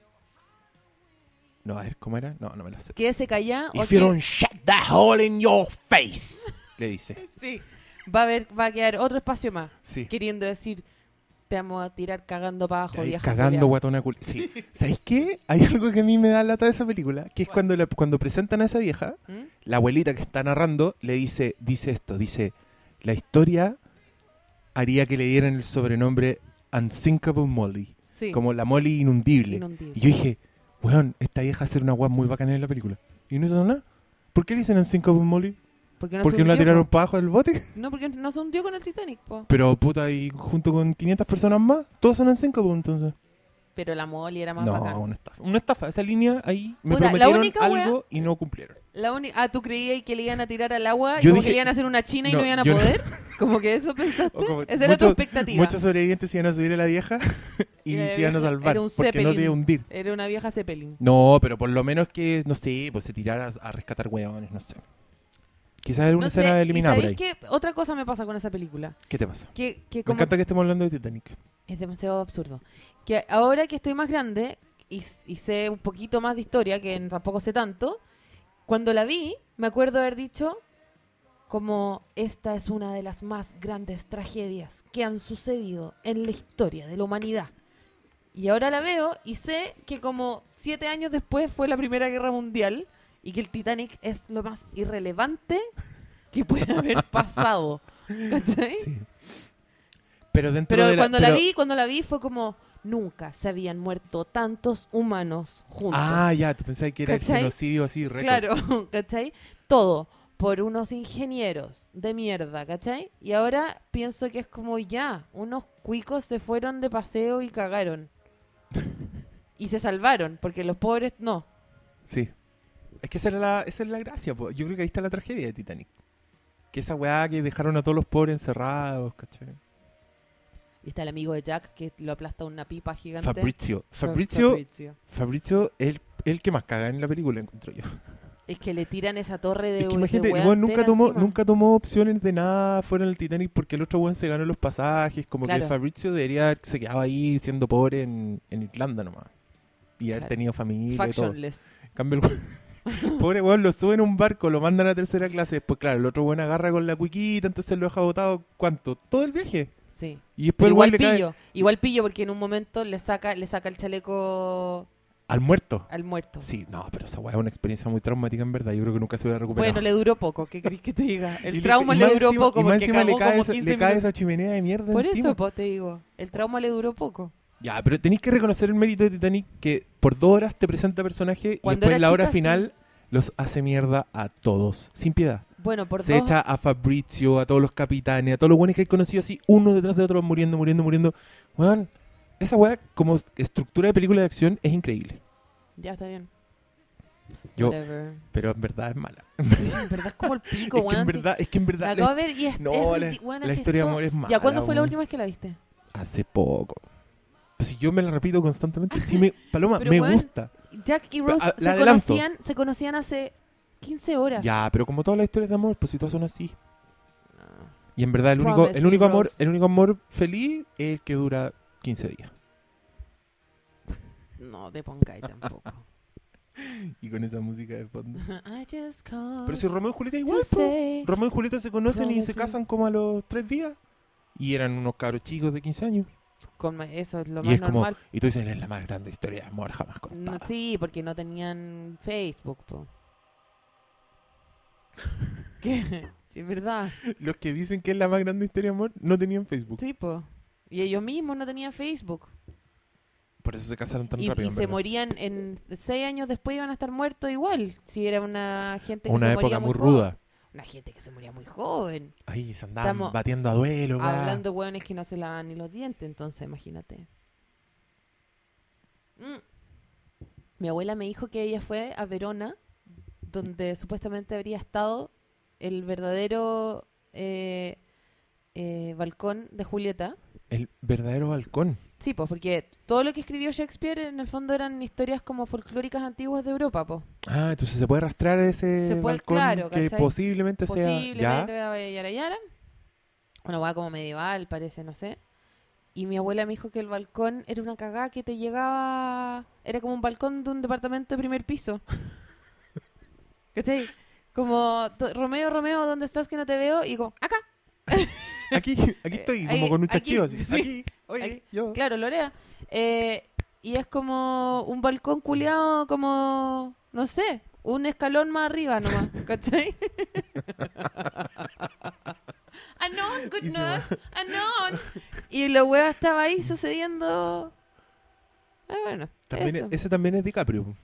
No, a ver, ¿cómo era? No me la sé. Quédese callado. If you don't shut that hole in your face. Le dice. Sí. Va a quedar otro espacio más. Sí. Queriendo decir, te vamos a tirar cagando para abajo, Ahí vieja cagando culiao. guatona Sí. ¿Sabéis qué? Hay algo que a mí me da lata de esa película, que es cuando presentan a esa vieja, ¿Mm? la abuelita que está narrando le dice esto, la historia haría que le dieran el sobrenombre Unsinkable Molly, Sí. como la Molly inundible. Inundible. Y yo dije, weón, esta vieja hacer una weá muy bacana en la película. Y no hizo nada. ¿Por qué le dicen Unsinkable Molly? ¿Por qué no ¿Por se qué no la hundió, tiraron po? para abajo del bote? No, porque no se hundió con el Titanic, po. Pero puta, y junto con 500 personas más, todos son Unsinkable entonces. Pero la Molly era más No, bacán. una estafa. Una estafa. Esa línea ahí me Puta, la prometieron única algo y no cumplieron. ¿Tú creías que le iban a tirar al agua y Yo como dije- que le iban a hacer una china y No, no iban a yo no- poder? ¿Como que eso pensaste? O como Esa era tu muchos- expectativa. Muchos sobrevivientes se iban a subir a la vieja y Era se iban a salvar era un porque no se Zeppelin. iba a hundir. Era una vieja Zeppelin. No, pero por lo menos que, no sé, pues se tirara a rescatar hueones, no sé. Quizás era una No sé, escena ¿y eliminada por ahí. sabéis qué? Otra cosa me pasa con esa película. ¿Qué te pasa? Que Me como encanta que estemos hablando de Titanic. es demasiado absurdo. Que ahora que estoy más grande y sé un poquito más de historia, que tampoco sé tanto, cuando la vi, me acuerdo haber dicho como esta es una de las más grandes tragedias que han sucedido en la historia de la humanidad. Y ahora la veo y sé que como 7 años después fue la Primera Guerra Mundial y que el Titanic es lo más irrelevante que puede haber pasado. ¿Cachai? Sí. Pero dentro Pero de cuando pero- cuando la vi fue como nunca se habían muerto tantos humanos juntos. Ah, ya, tú pensabas que era el ¿Cachai? genocidio así, récord. Claro, ¿cachai? Todo por unos ingenieros de mierda, ¿cachai? Y ahora pienso que es como ya, unos cuicos se fueron de paseo y cagaron. Y se salvaron, porque los pobres no. Sí. Es que esa es la gracia, po. Yo creo que ahí está la tragedia de Titanic. Que esa weá que dejaron a todos los pobres encerrados, ¿cachai? Y está el amigo de Jack que lo aplasta una pipa gigante. Fabrizio. Fabrizio. Fabrizio es el que más caga en la película, encuentro yo. Es que le tiran esa torre de Es que imagínate, de el hueá weón entera encima. nunca tomó opciones de nada fuera del Titanic porque el otro weón se ganó los pasajes. Como Claro. que Fabrizio debería haberse quedado ahí siendo pobre en Irlanda nomás. Y haber Claro. tenido familia y todo. Factionless. En cambio, el weón- pobre weón lo suben a un barco, lo mandan a tercera clase. Después, claro, el otro weón agarra con la cuiquita, entonces lo deja botado, ¿cuánto? Todo el viaje. Sí. Y después Pero el weón igual le cae igual pillo porque en un momento le saca el chaleco al muerto. al muerto. Sí, no, pero esa weá es una experiencia muy traumática en verdad. Yo creo que nunca se hubiera recuperado. Bueno, le duró poco, ¿qué querés que te diga? Y El trauma y le más duró encima- poco y más porque encima cagó como 15 le cae minutos. esa chimenea de mierda Por encima. eso, te digo, el trauma le duró poco. Ya, pero tenéis que reconocer el mérito de Titanic que por 2 horas te presenta personajes y Cuando después era en la hora chica, final los hace mierda a todos, sin piedad. Bueno, por Se dos... echa a Fabrizio, a todos los capitanes, a todos los buenos que hay conocido así, uno detrás de otro, muriendo. Weón, esa weá como estructura de película de acción es increíble. Ya, está bien. Yo, Whatever. pero en verdad es mala. Sí, en verdad es como el pico, Es que en weón. verdad, La acabo de ver y es... No, es bueno, la sí, historia de todo- amor es mala. ¿Ya cuándo fue la weón. última vez que la viste? Hace poco. Pues si yo me la repito constantemente. Sí, Paloma, Pero, me weón, gusta. Jack y Rose la adelanto. se conocían hace 15 horas. Ya, pero como todas las historias de amor, pues si todas son así. No. Y en verdad Promise el me, único amor, Rose. el único amor feliz es el que dura 15 días. No te pongáis tampoco. Y con esa música de fondo. I just called Pero si Romeo y Julieta to igual, po. say- Romeo y Julieta se conocen y Promise se me. casan como a los 3 días. Y eran unos cabros chicos de 15 años. Eso es lo Y más es como, normal. y tú dices, es la más grande historia de amor jamás No, contada. sí, porque no tenían Facebook, po. ¿Qué? Sí, es verdad. Los que dicen que es la más grande historia de amor no tenían Facebook. Sí, po. Y ellos mismos no tenían Facebook. Por eso se casaron tan Y rápido. y en se verdad. morían en 6 años después iban a estar muertos igual. Si era una gente que Una se época moría muy joven. ruda. Una gente que se moría muy joven. Ahí se andaban Estamos batiendo a duelo. bla. Hablando de hueones que no se lavan ni los dientes, entonces imagínate. Mi abuela me dijo que ella fue a Verona, donde supuestamente habría estado el verdadero balcón de Julieta. El verdadero balcón. Sí, pues porque todo lo que escribió Shakespeare en el fondo eran historias como folclóricas antiguas de Europa, pues. Ah, entonces se puede arrastrar ese Se puede, balcón claro, que ¿cachai? posiblemente sea. Posiblemente ¿Ya? yara yara. Una hueá como medieval, parece, no sé. Y mi abuela me dijo que el balcón era una cagada que te llegaba... Era como un balcón de un departamento de primer piso. ¿Cachai? Como, Romeo, Romeo, ¿dónde estás que no te veo? Y como, acá. Aquí estoy, ahí, como con un aquí, chasquido así. sí. Aquí, oye, Aquí. yo. Claro, Lorea. Y es como un balcón culiado como, no sé, un escalón más arriba nomás, ¿cachai? Anon, goodness, anon. Y la wea estaba ahí sucediendo. Bueno, También eso. ese también es DiCaprio.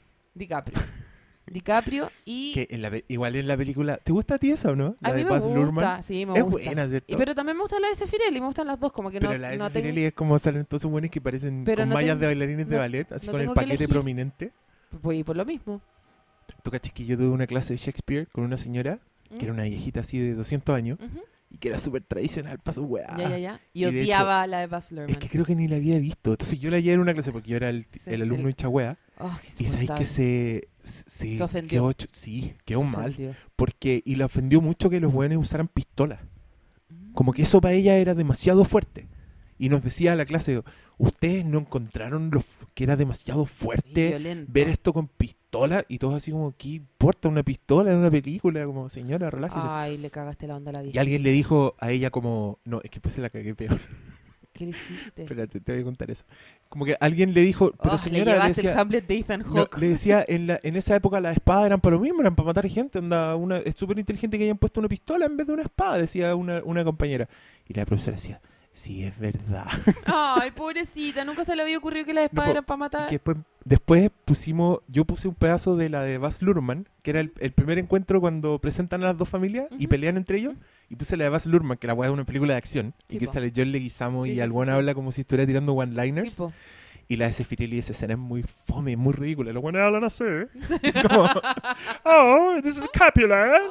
DiCaprio y... Que igual en la película. ¿Te gusta a ti esa o no? La A mí de me Baz gusta, Luhrmann. sí, me Es gusta. buena, ¿cierto? Pero también me gusta la de Sefirelli, me gustan las dos, como que Pero no, la de no Sefirelli tengo... es como salen todos esos buenos que parecen Pero con no mallas tengo- de bailarines de no- ballet, así no con el tengo que paquete elegir. prominente. Voy por lo mismo. ¿Tú cachis que yo tuve una clase de Shakespeare con una señora que era una viejita así de 200 años Ujú. y que era súper tradicional para su weá? Ya. Y Y de odiaba la de Baz Luhrmann. Es que creo que ni la había visto. Entonces yo la llevé en una clase porque yo era el Sí, alumno el- hincha weá. Oh, qué Y sabéis que insoportable. se ofendió. quedó Se mal. ofendió. Y le ofendió mucho que los weones usaran pistolas. Como que eso para ella era demasiado fuerte. Y nos decía a la clase, ¿ustedes no encontraron que era demasiado Y fuerte violento. ver esto con pistola? Y todos así como, ¿qué importa una pistola en una película? Como, señora, relájese. Ay, le cagaste la onda a la vida. Y alguien le dijo a ella como, no, es que pues se la cagué peor. ¿Qué le hiciste? Espérate, te voy a contar eso. Como que alguien le dijo, pero Oh, señora, le le llevaste decía, el Hamlet de Ethan no, Hawke. le decía, en esa época las espadas eran para lo mismo, eran para matar gente. Es súper inteligente que hayan puesto una pistola en vez de una espada, decía una compañera. Y la profesora decía, sí, es verdad. Ay, pobrecita, nunca se le había ocurrido que las espadas po, eran para Y matar. que después yo puse un pedazo de la de Baz Luhrmann, que era el primer encuentro cuando presentan a las dos familias y Ujú. pelean entre ellos. Y puse la de Baz Luhrmann, que la weá es una película de acción. Sí, y que po. sale John Leguizamo Sí, y sí, algún sí, sí. habla como si estuviera tirando Sí, one-liners. po. Y la de Sefirelli, esa escena es muy fome, muy ridícula. Los buenos hablan así. Como, oh, this is Capulet.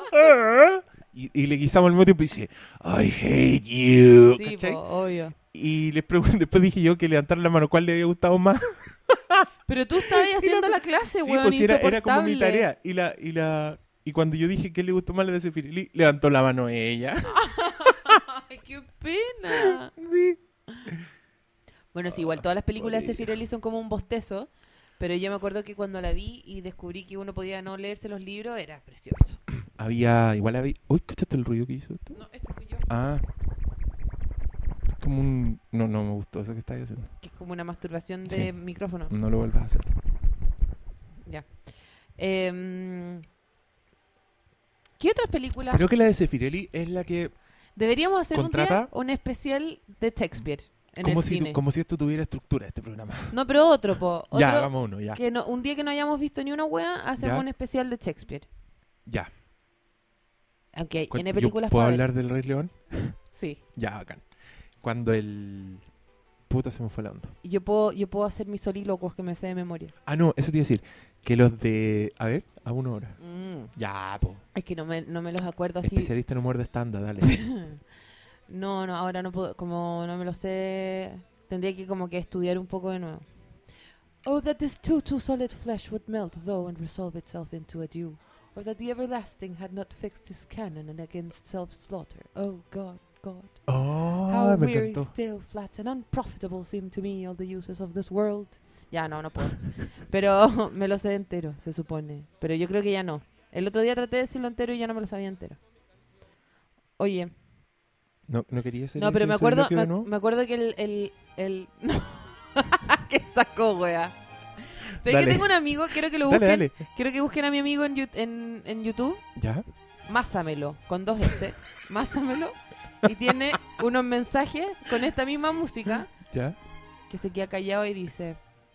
Y Leguizamo al mismo tiempo dice, I hate you. Sí, ¿Cachai? po, obvio. Y les pregunté, después dije yo que levantaran la mano, ¿cuál le había gustado más? Pero tú estabas haciendo la clase, Sí, weón, pues era como mi insoportable. tarea. Y cuando yo dije que le gustó más la de Sefirelli, levantó la mano ella. Ay, qué pena. Sí. Bueno, sí, igual todas las películas de Sefirelli son como un bostezo, pero yo me acuerdo que cuando la vi y descubrí que uno podía no leerse los libros, era precioso. Igual había... Uy, ¿cachaste el ruido que hizo esto? No, esto fui yo. Ah. Es como un... No me gustó eso que estáis haciendo. Que es como una masturbación de Sí. micrófono. No lo vuelvas a hacer. Ya. ¿Qué otras películas? Creo que la de Sefirelli es la que... Deberíamos hacer un día contrata- un especial de Shakespeare en el cine. Como si esto tuviera estructura, este programa. No, pero otro, po. Ya, Otro hagamos uno, ya. que no, un día que no hayamos visto ni una wea, hacemos Ya. un especial de Shakespeare. Ya. Aunque ¿Yo tiene películas puedo para ver. hablar del Rey León? Sí. Ya, bacán. Cuando el... Puta, se me fue la onda. Y yo puedo hacer mis solílocos que me sé de memoria. Ah, no, eso te iba a decir. Que los de... A ver, a una hora. Ya, po. Es que no me los acuerdo así. Especialista en humor de estándar, dale. No, ahora no puedo, como no me lo sé, tendría que como que estudiar un poco de nuevo. Oh, that this too solid flesh would melt though and resolve itself into a dew, or that the everlasting had not fixed his canon and against self-slaughter. Oh God, God. Oh, How me weary, encantó. still, flat and unprofitable seem to me all the uses of this world. Ya, no puedo. Pero me lo sé entero, se supone. Pero yo creo que ya no. El otro día traté de decirlo entero y ya no me lo sabía entero. Oye, No quería ser no, pero ese me acuerdo, soliloquio de nuevo. me acuerdo que el no. ¿Qué sacó, wea? Sé que Dale. tengo un amigo, quiero que lo busquen. Dale. Quiero que busquen a mi amigo en YouTube. ¿Ya? Másamelo, con 2 S. Másamelo. Y tiene unos mensajes con esta misma música ¿Ya? que se queda callado y dice...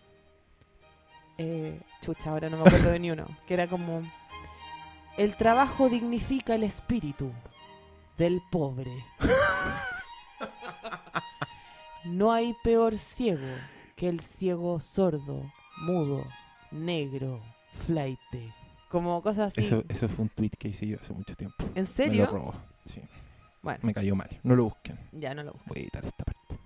chucha, ahora no me acuerdo de ni uno. Que era como... El trabajo dignifica el espíritu del pobre. No hay peor ciego que el ciego sordo, mudo, negro, flaite. Como cosas así. Eso fue un tweet que hice yo hace mucho tiempo. ¿En Me lo serio? robó. Sí. Bueno, Me cayó mal. No lo busquen. ya no lo busco. Voy a editar esta parte.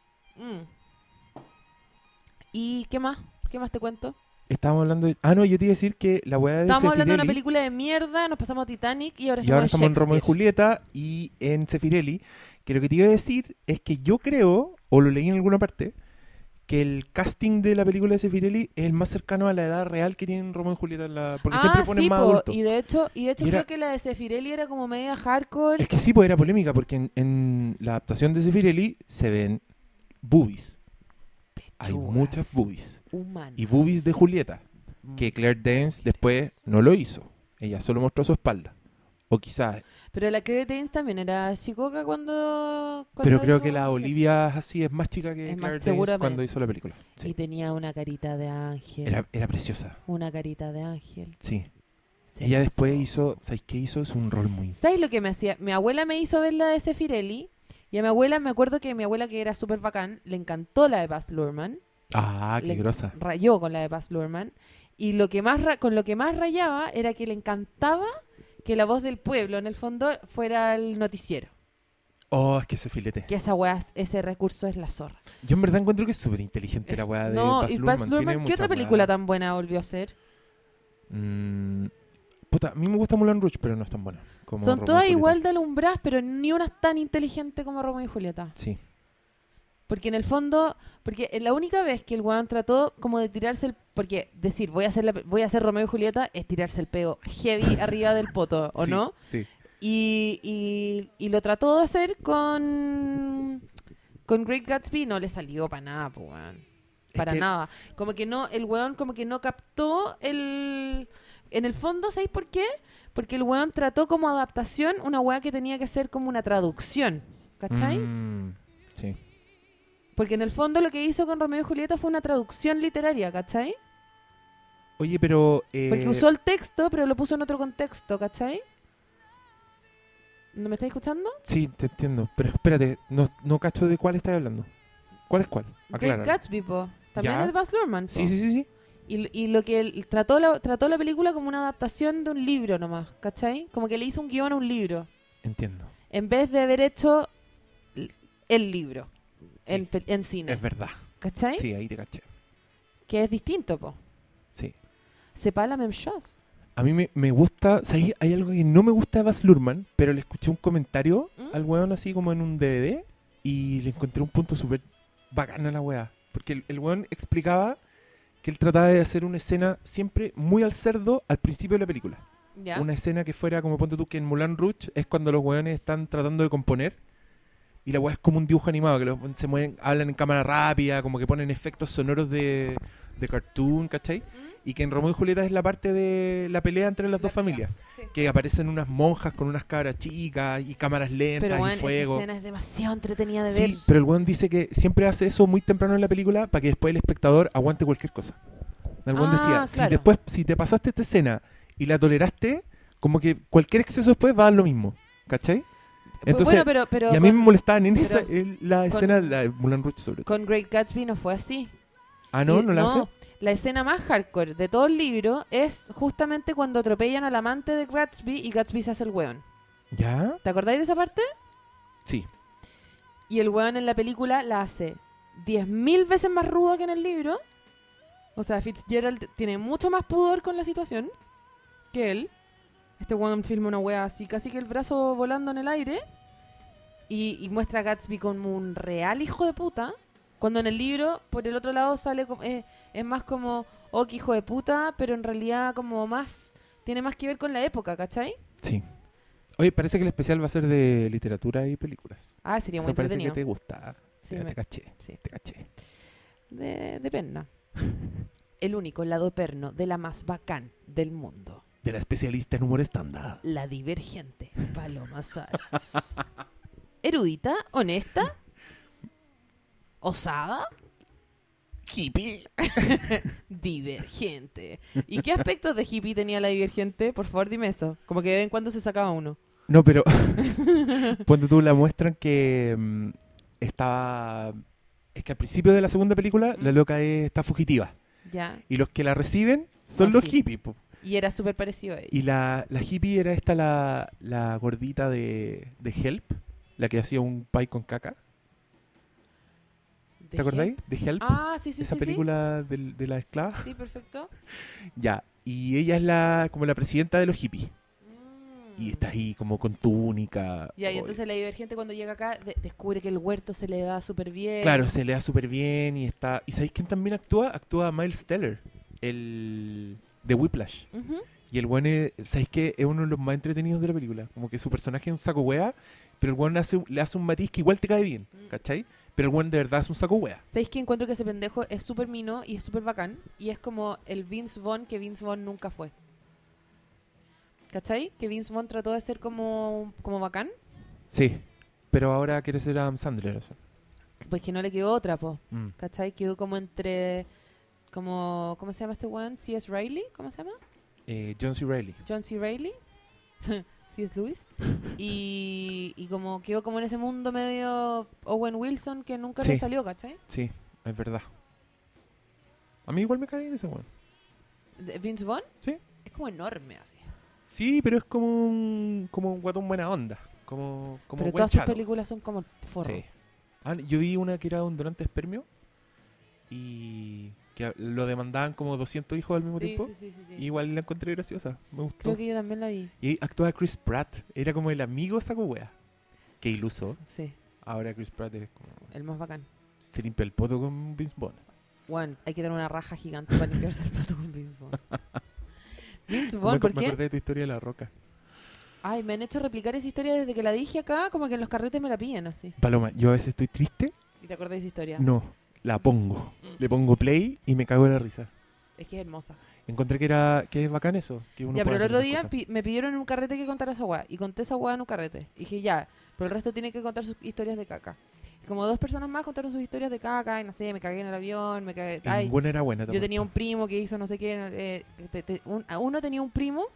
¿Y qué más? ¿Qué más te cuento? Estábamos hablando de... Ah, no, yo te iba a decir que la weá de Estábamos hablando de una Zeffirelli- película de mierda, nos pasamos a Titanic y ahora Y ahora estamos en Romeo y Shakespeare. Julieta y en Zeffirelli, que lo que te iba a decir es que yo creo, o lo leí en alguna parte, que el casting de la película de Zeffirelli es el más cercano a la edad real que tienen Romeo y Julieta, porque siempre ponen sí, más po, adultos. y de hecho Y era- creo que la de Zeffirelli era como media hardcore. Es que sí, pues era polémica, porque en la adaptación de Zeffirelli se ven boobies. Hay Pechugas muchas boobies. humanas. Y boobies de Julieta, que Claire Danes después no lo hizo. Ella solo mostró su espalda. O quizás... Pero la Claire Danes también era chicoca cuando Pero creo hizo- que la Olivia así es más chica que Es más, Claire Danes seguramente. cuando hizo la película. Y Sí. tenía una carita de ángel. Era preciosa. Una carita de ángel. Sí. Se Ella hizo. después hizo... ¿Sabes qué hizo? Es un rol muy... ¿Sabes lo que me hacía? Mi abuela me hizo ver la de Zeffirelli. Y a mi abuela, me acuerdo que mi abuela, que era súper bacán, le encantó la de Baz Luhrmann. Ah, qué Le grosa. Rayó con la de Baz Luhrmann. Y lo que más con lo que más rayaba era que le encantaba que la voz del pueblo, en el fondo, fuera el noticiero. Oh, es que ese filete. Que esa weá, ese recurso es la zorra. Yo en verdad encuentro que es súper inteligente la Es- weá de no, Baz y Luhrmann. Baz Tiene Luhrmann, ¿qué mucha otra weá. película tan buena volvió a hacer? Puta, a mí me gusta Moulin Rouge, pero no es tan buena. Como Son Romeo y todas Julieta. igual de alumbradas, pero ni una es tan inteligente como Romeo y Julieta. Sí. Porque en el fondo, porque la única vez que el weón trató como de tirarse el... Porque decir, voy a hacer Romeo y Julieta es tirarse el peo heavy arriba del poto, ¿o Sí, no? Sí. Y lo trató de hacer con Great Gatsby, no le salió para nada, po, weón. Para que- nada. Como que no, el weón como que no captó el... En el fondo, ¿sabéis por qué? Porque el weón trató como adaptación una weá que tenía que ser como una traducción, ¿cachai? Sí. Porque en el fondo lo que hizo con Romeo y Julieta fue una traducción literaria, ¿cachai? Oye, pero... Porque usó el texto, pero lo puso en otro contexto, ¿cachai? ¿No me estáis escuchando? Sí, te entiendo. Pero espérate, no cacho de cuál estás hablando. ¿Cuál es cuál? Great Acláralo. Gatsby, po. También Ya. es de Baz Luhrmann, po. Sí. Y lo que él trató la película como una adaptación de un libro nomás, ¿cachai? Como que le hizo un guión a un libro, Entiendo. en vez de haber hecho el libro Sí. en cine, Es verdad. ¿cachai? Sí, ahí te caché. Que es distinto, po. Sí. C'est pas la même chose. A mí me gusta... ¿Sabes? Hay algo que no me gusta de Baz Luhrmann, pero le escuché un comentario ¿Mm? al weón así como en un DVD y le encontré un punto súper bacano a la weá. Porque el weón explicaba que él trataba de hacer una escena siempre muy al cerdo al principio de la película. ¿Ya? Una escena que fuera como ponte tú que en Moulin Rouge es cuando los weones están tratando de componer y la weá es como un dibujo animado que se mueven, hablan en cámara rápida, como que ponen efectos sonoros de cartoon, ¿cachai? Y que en Romeo y Julieta es la parte de la pelea entre las La dos pelea, familias. sí. Que aparecen unas monjas con unas cabras chicas y cámaras lentas Pero bueno, y fuego. esa escena es demasiado entretenida de ver. Sí, pero el weón dice que siempre hace eso muy temprano en la película para que después el espectador aguante cualquier cosa. El weón decía, claro. si te pasaste esta escena y la toleraste, como que cualquier exceso después va a dar lo mismo, ¿cachai? Entonces, bueno, pero y a mí con, me molestaban en pero esa, la con- escena, la de Moulin Rouge sobre todo. con Great Gatsby no fue así. Ah, ¿no? Y- ¿No la hace? La escena más hardcore de todo el libro es justamente cuando atropellan al amante de Gatsby y Gatsby se hace el weón. ¿Ya? ¿Te acordáis de esa parte? Sí. Y el weón en la película la hace 10.000 veces más rudo que en el libro. O sea, Fitzgerald tiene mucho más pudor con la situación que él. Este weón filma una wea así, casi que el brazo volando en el aire. y muestra a Gatsby como un real hijo de puta, cuando en el libro, por el otro lado, sale es más como, oh, qué hijo de puta, pero en realidad como más, tiene más que ver con la época, ¿cachai? Sí. Oye, parece que el especial va a ser de literatura y películas. Ah, sería muy Eso parece entretenido. que te gusta. Sí, Te caché. sí. Te caché. De perna. El único lado perno de la más bacán del mundo. De la especialista en humor estándar. La divergente Paloma Salas. Erudita, honesta, osada, Hippie. divergente. ¿Y qué aspectos de hippie tenía la divergente? Por favor, dime eso. Como que de vez en cuando se sacaba uno. No, pero cuando tú la muestran que estaba... Es que al principio de la segunda película la loca está fugitiva. Ya. Y los que la reciben son Son los hippies. hippies. Po. Y era súper parecido a ella. Y la hippie era esta la gordita de Help. La que hacía un pie con caca. ¿De ¿Te acordáis? Help? De Help. Ah, sí, sí, Esa sí. película de la esclava. Sí, perfecto. Ya. Y ella es como la presidenta de los hippies. Y está ahí como con túnica. Ya, y Oy. entonces la divergente cuando llega acá descubre que el huerto se le da súper bien. Claro, se le da súper bien y está... ¿Y sabéis quién también actúa? Actúa Miles Teller, el de Whiplash. Ujú. Y el buen ¿sabéis qué? Es uno de los más entretenidos de la película. Como que su personaje es un saco wea, pero el buen le hace un matiz que igual te cae bien, ¿cachai? Pero el buen de verdad es un saco wea. ¿Sabéis que encuentro que ese pendejo es súper mino y es súper bacán? Y es como el Vince Vaughn que Vince Vaughn nunca fue. ¿Cachai? Que Vince Vaughn trató de ser como bacán. Sí, pero ahora quiere ser Adam Sandler. O sea. Pues que no le quedó otra, po. Mm. ¿Cachai? Quedó como entre... ¿Cómo se llama este weón? C.S. Reilly, ¿cómo se llama? John C. Reilly. John C. Reilly. C.S. Lewis. Y como quedó como en ese mundo medio Owen Wilson que nunca Sí. le salió, ¿cachai? Sí, es verdad. A mí igual me cae bien ese weón. Vince Vaughn Sí. es como enorme así. Sí, pero es como un guatón buena onda. Como Pero buen todas sus chato. películas son como forro. Sí. Yo vi una que era un donante de espermio y que lo demandaban como 200 hijos al mismo tiempo. Sí. Y igual la encontré graciosa, me gustó. Creo que yo también la vi. Y ahí actuaba Chris Pratt, era como el amigo saco wea. Qué iluso. Sí, Ahora Chris Pratt es como... el más bacán. Se limpia el poto con Vince Vaughn. Bueno, hay que tener una raja gigante para limpiarse el plato con Vince Vaughn. Vince Me Vaughn, ¿por me qué? acordé de tu historia de la roca. Ay, me han hecho replicar esa historia desde que la dije acá, como que en los carretes me la pillan así. Paloma, yo a veces estoy triste. ¿Y te acordás de esa historia? No, la pongo. Le pongo play y me cago de la risa. Es que es hermosa. Encontré que es bacán eso. Que uno Ya, puede pero el hacer otro esas día cosas. me pidieron en un carrete que contara esa weá. Y conté esa weá en un carrete. Y dije, ya, pero el resto tiene que contar sus historias de caca. Y como 2 personas más contaron sus historias de caca. Y no sé, me cagué en el avión, me cagué... Y Ay, ninguna era buena. yo tenía un primo que hizo no sé qué. Uno tenía un primo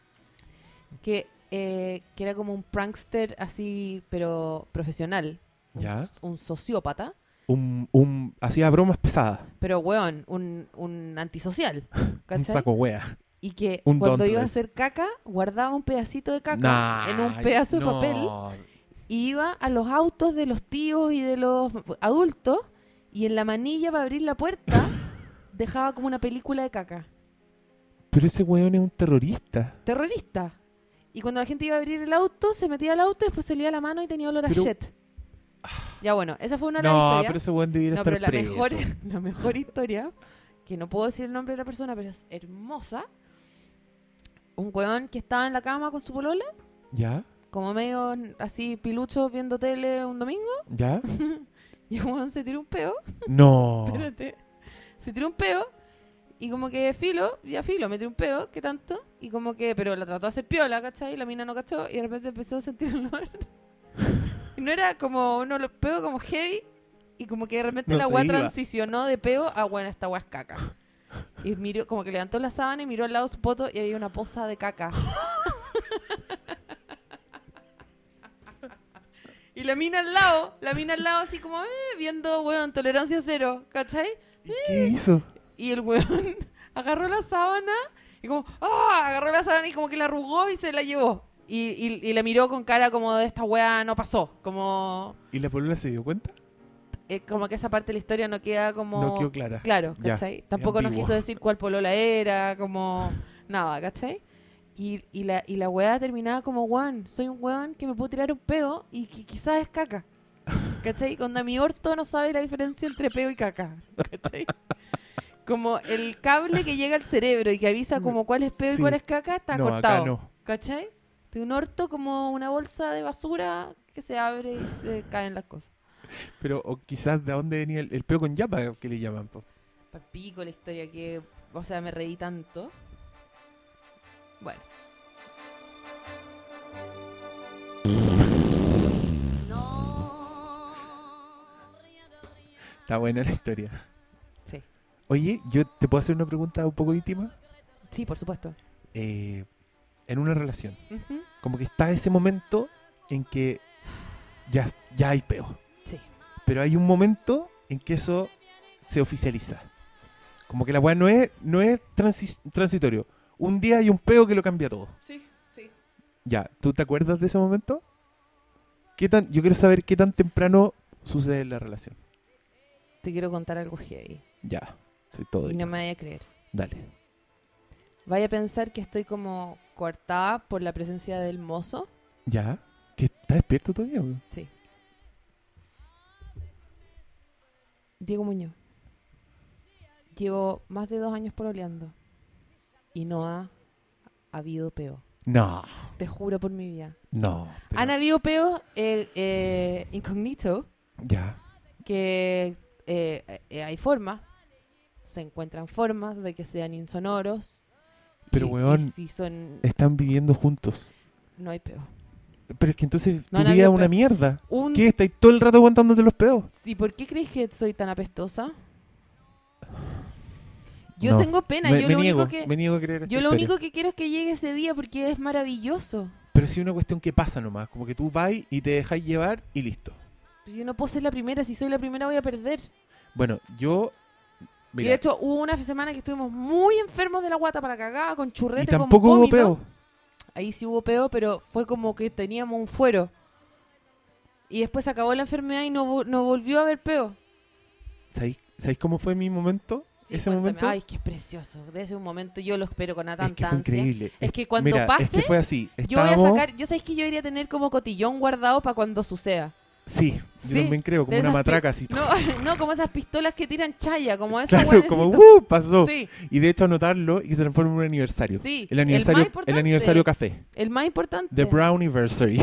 que era como un prankster así, pero profesional. ¿Ya? Un sociópata. Hacía bromas pesadas. Pero, weón, un antisocial. Un ¿Cachai? saco wea. Y que un cuando don't iba a dress. hacer caca, guardaba un pedacito de caca Nah, en un pedazo de no. papel y iba a los autos de los tíos y de los adultos y en la manilla para abrir la puerta dejaba como una película de caca. Pero ese weón es un terrorista. Terrorista. Y cuando la gente iba a abrir el auto, se metía al auto y después se olía la mano y tenía olor a Pero- shit. Ya bueno, esa fue una de las No, historias. pero ese weón debiera No, estar pero preso. la mejor historia, que no puedo decir el nombre de la persona, pero es hermosa. Un weón que estaba en la cama con su polola, ¿Ya? como medio así pilucho viendo tele un domingo, ¿Ya? y el weón se tiró un peo, No. espérate, se tiró un peo, y como que filo, me tiró un peo, ¿qué tanto? Y como que, pero la trató de hacer piola, ¿cachai? La mina no cachó, y de repente empezó a sentir el olor. Y no era como uno los peos como heavy, y como que de repente No la se weá iba. transicionó de peo a, bueno, esta weá es caca. Y miró, como que levantó la sábana y miró al lado de su poto y había una poza de caca. Y la mina al lado así como, viendo, weón, tolerancia cero, ¿cachai? ¿Y qué hizo? Y el weón agarró la sábana y como, ¡ah! Agarró la sábana y como que la arrugó y se la llevó. Y la miró con cara como de esta weá no pasó. Como, ¿Y la polola se dio cuenta? como que esa parte de la historia no queda como... No quedó clara. Claro, Ya, ¿cachai? Tampoco nos ambiguo. quiso decir cuál polola era, como nada, ¿cachai? Y la weá terminaba como, weón, soy un weón que me puedo tirar un peo y que quizás es caca. ¿Cachai? Cuando mi orto no sabe la diferencia entre peo y caca. ¿Cachai? Como el cable que llega al cerebro y que avisa como cuál es peo y Sí. cuál es caca está No, cortado. acá no. ¿Cachai? De un orto como una bolsa de basura que se abre y se caen las cosas. Pero, o quizás de dónde venía el peo con yapa, que le llaman, po. Palpico la historia que, o sea, me reí tanto. Bueno. Está buena la historia. Sí. Oye, ¿yo te puedo hacer una pregunta un poco íntima? Sí, por supuesto. En una relación, Ujú. como que está ese momento en que ya hay peo. Sí. Pero hay un momento en que eso se oficializa. Como que la weá no es transitorio. Un día hay un peo que lo cambia todo. Sí, sí. Ya, ¿tú te acuerdas de ese momento? Yo quiero saber qué tan temprano sucede en la relación. Te quiero contar algo heavy. Ya, soy todo. Y no oídos. me vaya a creer. Dale. Vaya a pensar que estoy como coartada por la presencia del mozo. ¿Ya? ¿Que está despierto todavía? Weón? Sí. Diego Muñoz. Llevo más de 2 años pololeando. Y no ha habido peo. No, Te juro por mi vida. no. pero- Han habido peos incógnito, Ya. que hay formas. Se encuentran formas de que sean insonoros. Pero, y weón, si son... Están viviendo juntos. No hay peo. Pero es que entonces No tu han vida es habido una peo. mierda. Un... ¿Qué? ¿Estáis todo el rato aguantándote los peos? ¿Y por qué crees que soy tan apestosa? Yo No. tengo pena. Me Yo lo niego, único que... me niego a creer esta Yo lo historia. único que quiero es que llegue ese día porque es maravilloso. Pero sí es una cuestión que pasa nomás. Como que tú vas y te dejas llevar y listo. Pero yo no puedo ser la primera. Si soy la primera voy a perder. Bueno, yo... Y Mira, de hecho hubo una semana que estuvimos muy enfermos de la guata para cagar, con y churrete, con tampoco hubo vómito. peo. Ahí sí hubo peo, pero fue como que teníamos un fuero. Y después se acabó la enfermedad y no volvió a haber peo. ¿Sabéis cómo fue mi momento? Sí, Ese cuéntame. momento. Ay, qué precioso. De ese momento yo lo espero con Es tanta que fue ansia. increíble. Es que cuando Mira, pase, es que fue así. yo voy a Estábamos- sacar... Yo sabéis que yo debería tener como cotillón guardado para cuando suceda. Sí, yo Sí, también creo, como de una esas matraca así. No, no como esas pistolas que tiran chaya, como esa Claro, huevecito. como pasó. Sí, Y de hecho anotarlo y que se transforme en un aniversario. sí. El aniversario, más el importante. aniversario café. El más importante. The Browniversary.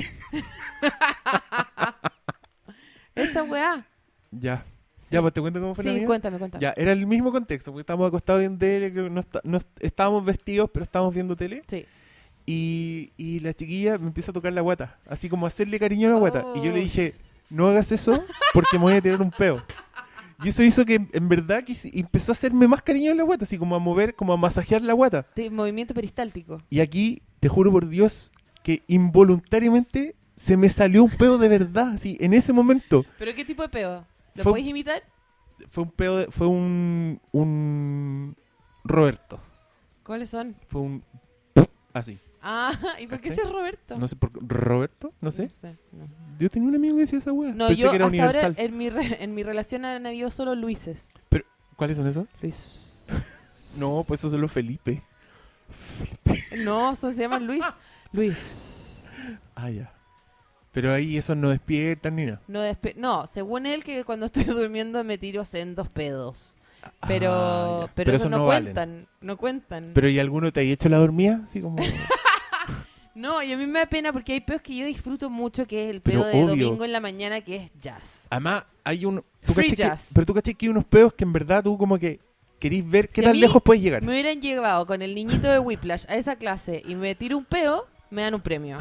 Esa weá. Ya. Sí. Ya, pues te cuento cómo fue la Sí, mía. cuéntame. Ya, era el mismo contexto, porque estábamos acostados en tele, que no estábamos vestidos, pero estábamos viendo tele. Sí. Y la chiquilla me empieza a tocar la guata, así como a hacerle cariño a la guata. Y yo le Oh. dije, no hagas eso porque me voy a tirar un peo. Y eso hizo que en verdad empezó a hacerme más cariño en la guata, así como a mover, como a masajear la guata. Movimiento peristáltico. Y aquí, te juro por Dios, que involuntariamente se me salió un peo de verdad, así, en ese momento. ¿Pero qué tipo de peo? ¿Lo Fue- podéis imitar? Fue un peo, fue un Roberto. ¿Cuáles son? Fue un así. Ah, ¿y por qué ¿Cachai? ese es Roberto? No sé por Roberto, no sé. No. Yo tenía un amigo que decía esa weá. No, Pensé yo que era hasta universal. ahora en mi relación han habido solo Luises. ¿Cuáles son esos? Luis. No, pues esos son los Felipe. No, eso se llama Luis. Luis. Ah, ya. Pero ahí esos no despiertan ni nada. No, según él que cuando estoy durmiendo me tiro sendos pedos. Pero, Ah, ya. pero eso esos no valen. cuentan. No cuentan. Pero ¿y alguno te ha hecho la dormida? Así como... No, y a mí me da pena porque hay peos que yo disfruto mucho, que es el Pero peo de obvio. domingo en la mañana, que es jazz. Además, hay un... Free jazz. Pero tú caché que hay unos peos que en verdad tú como que querís ver qué Si a tan mí lejos puedes llegar. Me hubieran llevado con el niñito de Whiplash a esa clase y me tiro un peo, me dan un premio.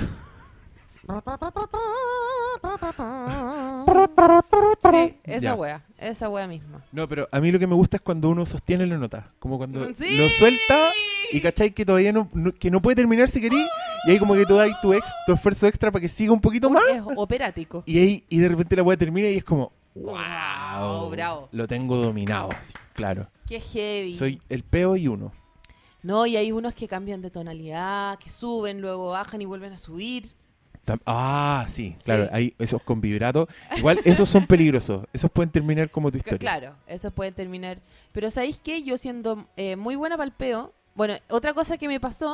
Sí, Ya. esa wea misma. No, pero a mí lo que me gusta es cuando uno sostiene la nota. Como cuando ¡Sí! lo suelta y cachai que todavía que no puede terminar si querís. Y ahí como que tú das tu esfuerzo extra para que siga un poquito más. Es operático. Y de repente la weá termina y es como... Wow, ¡Wow! bravo. Lo tengo dominado, así, claro. Qué heavy. Soy el peo y uno. No, y hay unos que cambian de tonalidad, que suben, luego bajan y vuelven a subir. Sí, claro. Sí. Hay esos con vibrato. Igual esos son peligrosos. Esos pueden terminar como tu historia. Claro, eso puede terminar. Pero ¿sabéis qué? Yo siendo muy buena para el peo, bueno, otra cosa que me pasó,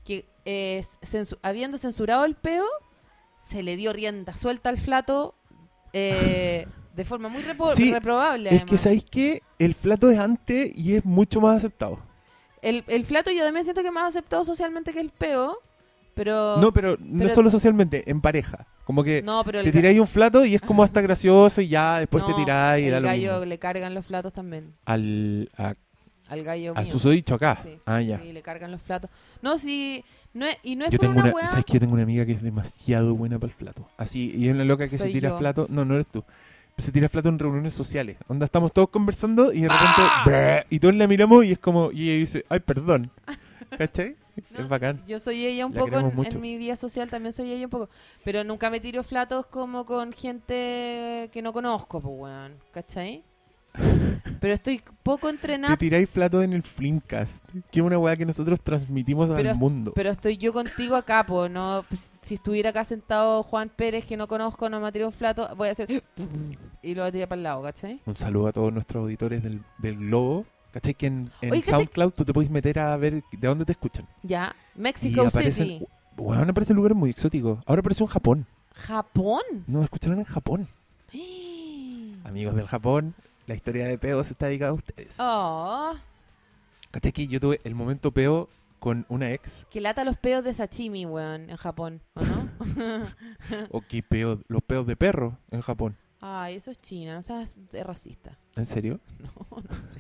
que habiendo censurado el peo, se le dio rienda suelta al flato de forma muy Sí, reprobable. Es Además. que, ¿sabéis qué? El flato es antes y es mucho más aceptado. El flato yo también siento que es más aceptado socialmente que el peo, pero... No, pero no solo socialmente, en pareja. Como que No, pero te tiráis un flato y es como hasta gracioso y ya después no, te tiráis y da el lo gallo mismo. le cargan los flatos también. Al Al gallo mío. susodicho acá. Sí, Ah, ya. sí, le cargan los flatos. No, sí, no es, y no es Yo por tengo una una, weá... ¿sabes que yo tengo una amiga que es demasiado buena para el flato? Así, y es una loca que se Soy tira yo. flato. No, no eres tú. Se tira flato en reuniones sociales. Onda, estamos todos conversando y de repente, "Brr", y todos la miramos y es como, y ella dice, ay, perdón. ¿Cachai? No, Es bacán. Yo soy ella un La poco queremos mucho. en mi vida social, también soy ella un poco. Pero nunca me tiro flatos como con gente que no conozco, pues, weón. ¿Cachai? Pero estoy poco Te entrenada, tiráis flato en el Flimcast, que es una weá que nosotros transmitimos al mundo. pero estoy yo contigo acá, pues, no, pues, si estuviera acá sentado Juan Pérez, que no conozco, no me ha tirado un flato, voy a hacer y lo voy a tirar para el lado, ¿cachai? Un saludo a todos nuestros auditores del Globo. ¿Cachai? Que en Oye, ¿cachai? SoundCloud tú te puedes meter a ver de dónde te escuchan. Ya, Y Mexico aparecen, City. bueno, aparecen lugares muy exóticos. Ahora apareció en Japón. ¿Japón? Nos escucharon en Japón. Amigos del Japón, la historia de peo se está dedicada a ustedes. Oh, ¿Cachai? Que yo tuve el momento peo con una ex. que lata los peos de sashimi, weón, en Japón, ¿o no? O que peo, los peos de perro en Japón. Ay, eso es China, no seas racista. ¿En serio? No, no sé.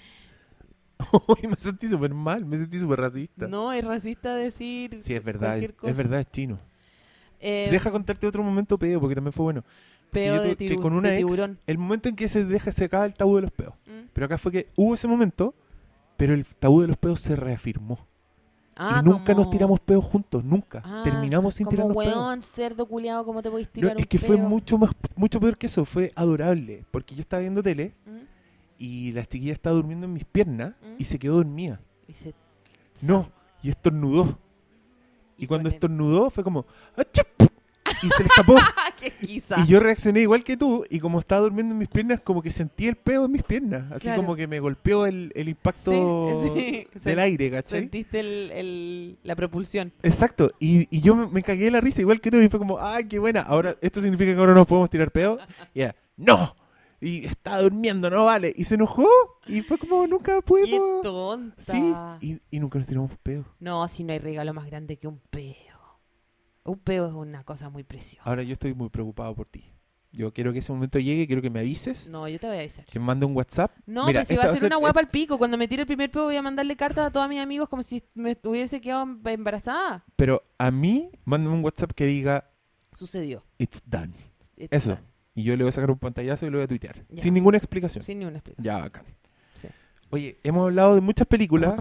Me sentí súper mal, me sentí súper racista. No, es racista decir Sí, es verdad, cualquier cosa. es verdad, es chino. Eh, Deja contarte otro momento peo, porque también fue bueno. Que peo yo de, que con una de ex, tiburón. el momento en que se acaba el tabú de los peos. ¿Mm? Pero acá fue que hubo ese momento, pero el tabú de los peos se reafirmó. Ah, y nunca como- nos tiramos peos juntos, nunca. Ah, Terminamos sin como tirarnos peos. weón, cerdo culiado, ¿cómo te podéis No, tirar un es que fue peo? mucho peor que eso, fue adorable. Porque yo estaba viendo tele ¿Mm? y la chiquilla estaba durmiendo en mis piernas y se quedó dormida. Y se... No, y estornudó. Y cuando con el- estornudó fue como... ¡Achip! Y se le escapó. ¡Ah, qué quizá! Y yo reaccioné igual que tú, y como estaba durmiendo en mis piernas, como que sentí el peo en mis piernas. Así Claro. como que me golpeó el impacto Sí, del aire, ¿cachai? Sentiste la propulsión. Exacto, y yo me cagué de la risa igual que tú, y fue como, ¡ay, qué buena! Ahora, ¿esto significa que ahora nos podemos tirar peo? Y ella, ¡no! Y estaba durmiendo, no vale. Y se enojó, y fue como, nunca ¡Qué pudimos... tonta! Sí, y nunca nos tiramos peo. No, si no hay regalo más grande que un peo. Un peo es una cosa muy preciosa. Ahora yo estoy muy preocupado por ti. Yo quiero que ese momento llegue, quiero que me avises, No, yo te voy a avisar. que me mande un WhatsApp. No, Mira, pero si va esta a ser una ser- hueá al pico. Cuando me tire el primer peo voy a mandarle cartas a todos mis amigos como si me hubiese quedado embarazada. Pero a mí, mándame un WhatsApp que diga, Sucedió. it's done. It's Eso. done. Y yo le voy a sacar un pantallazo y lo voy a tuitear. Ya. Sin ninguna explicación. Sin ni una explicación. Ya, bacán. Sí. Oye, hemos hablado de muchas películas,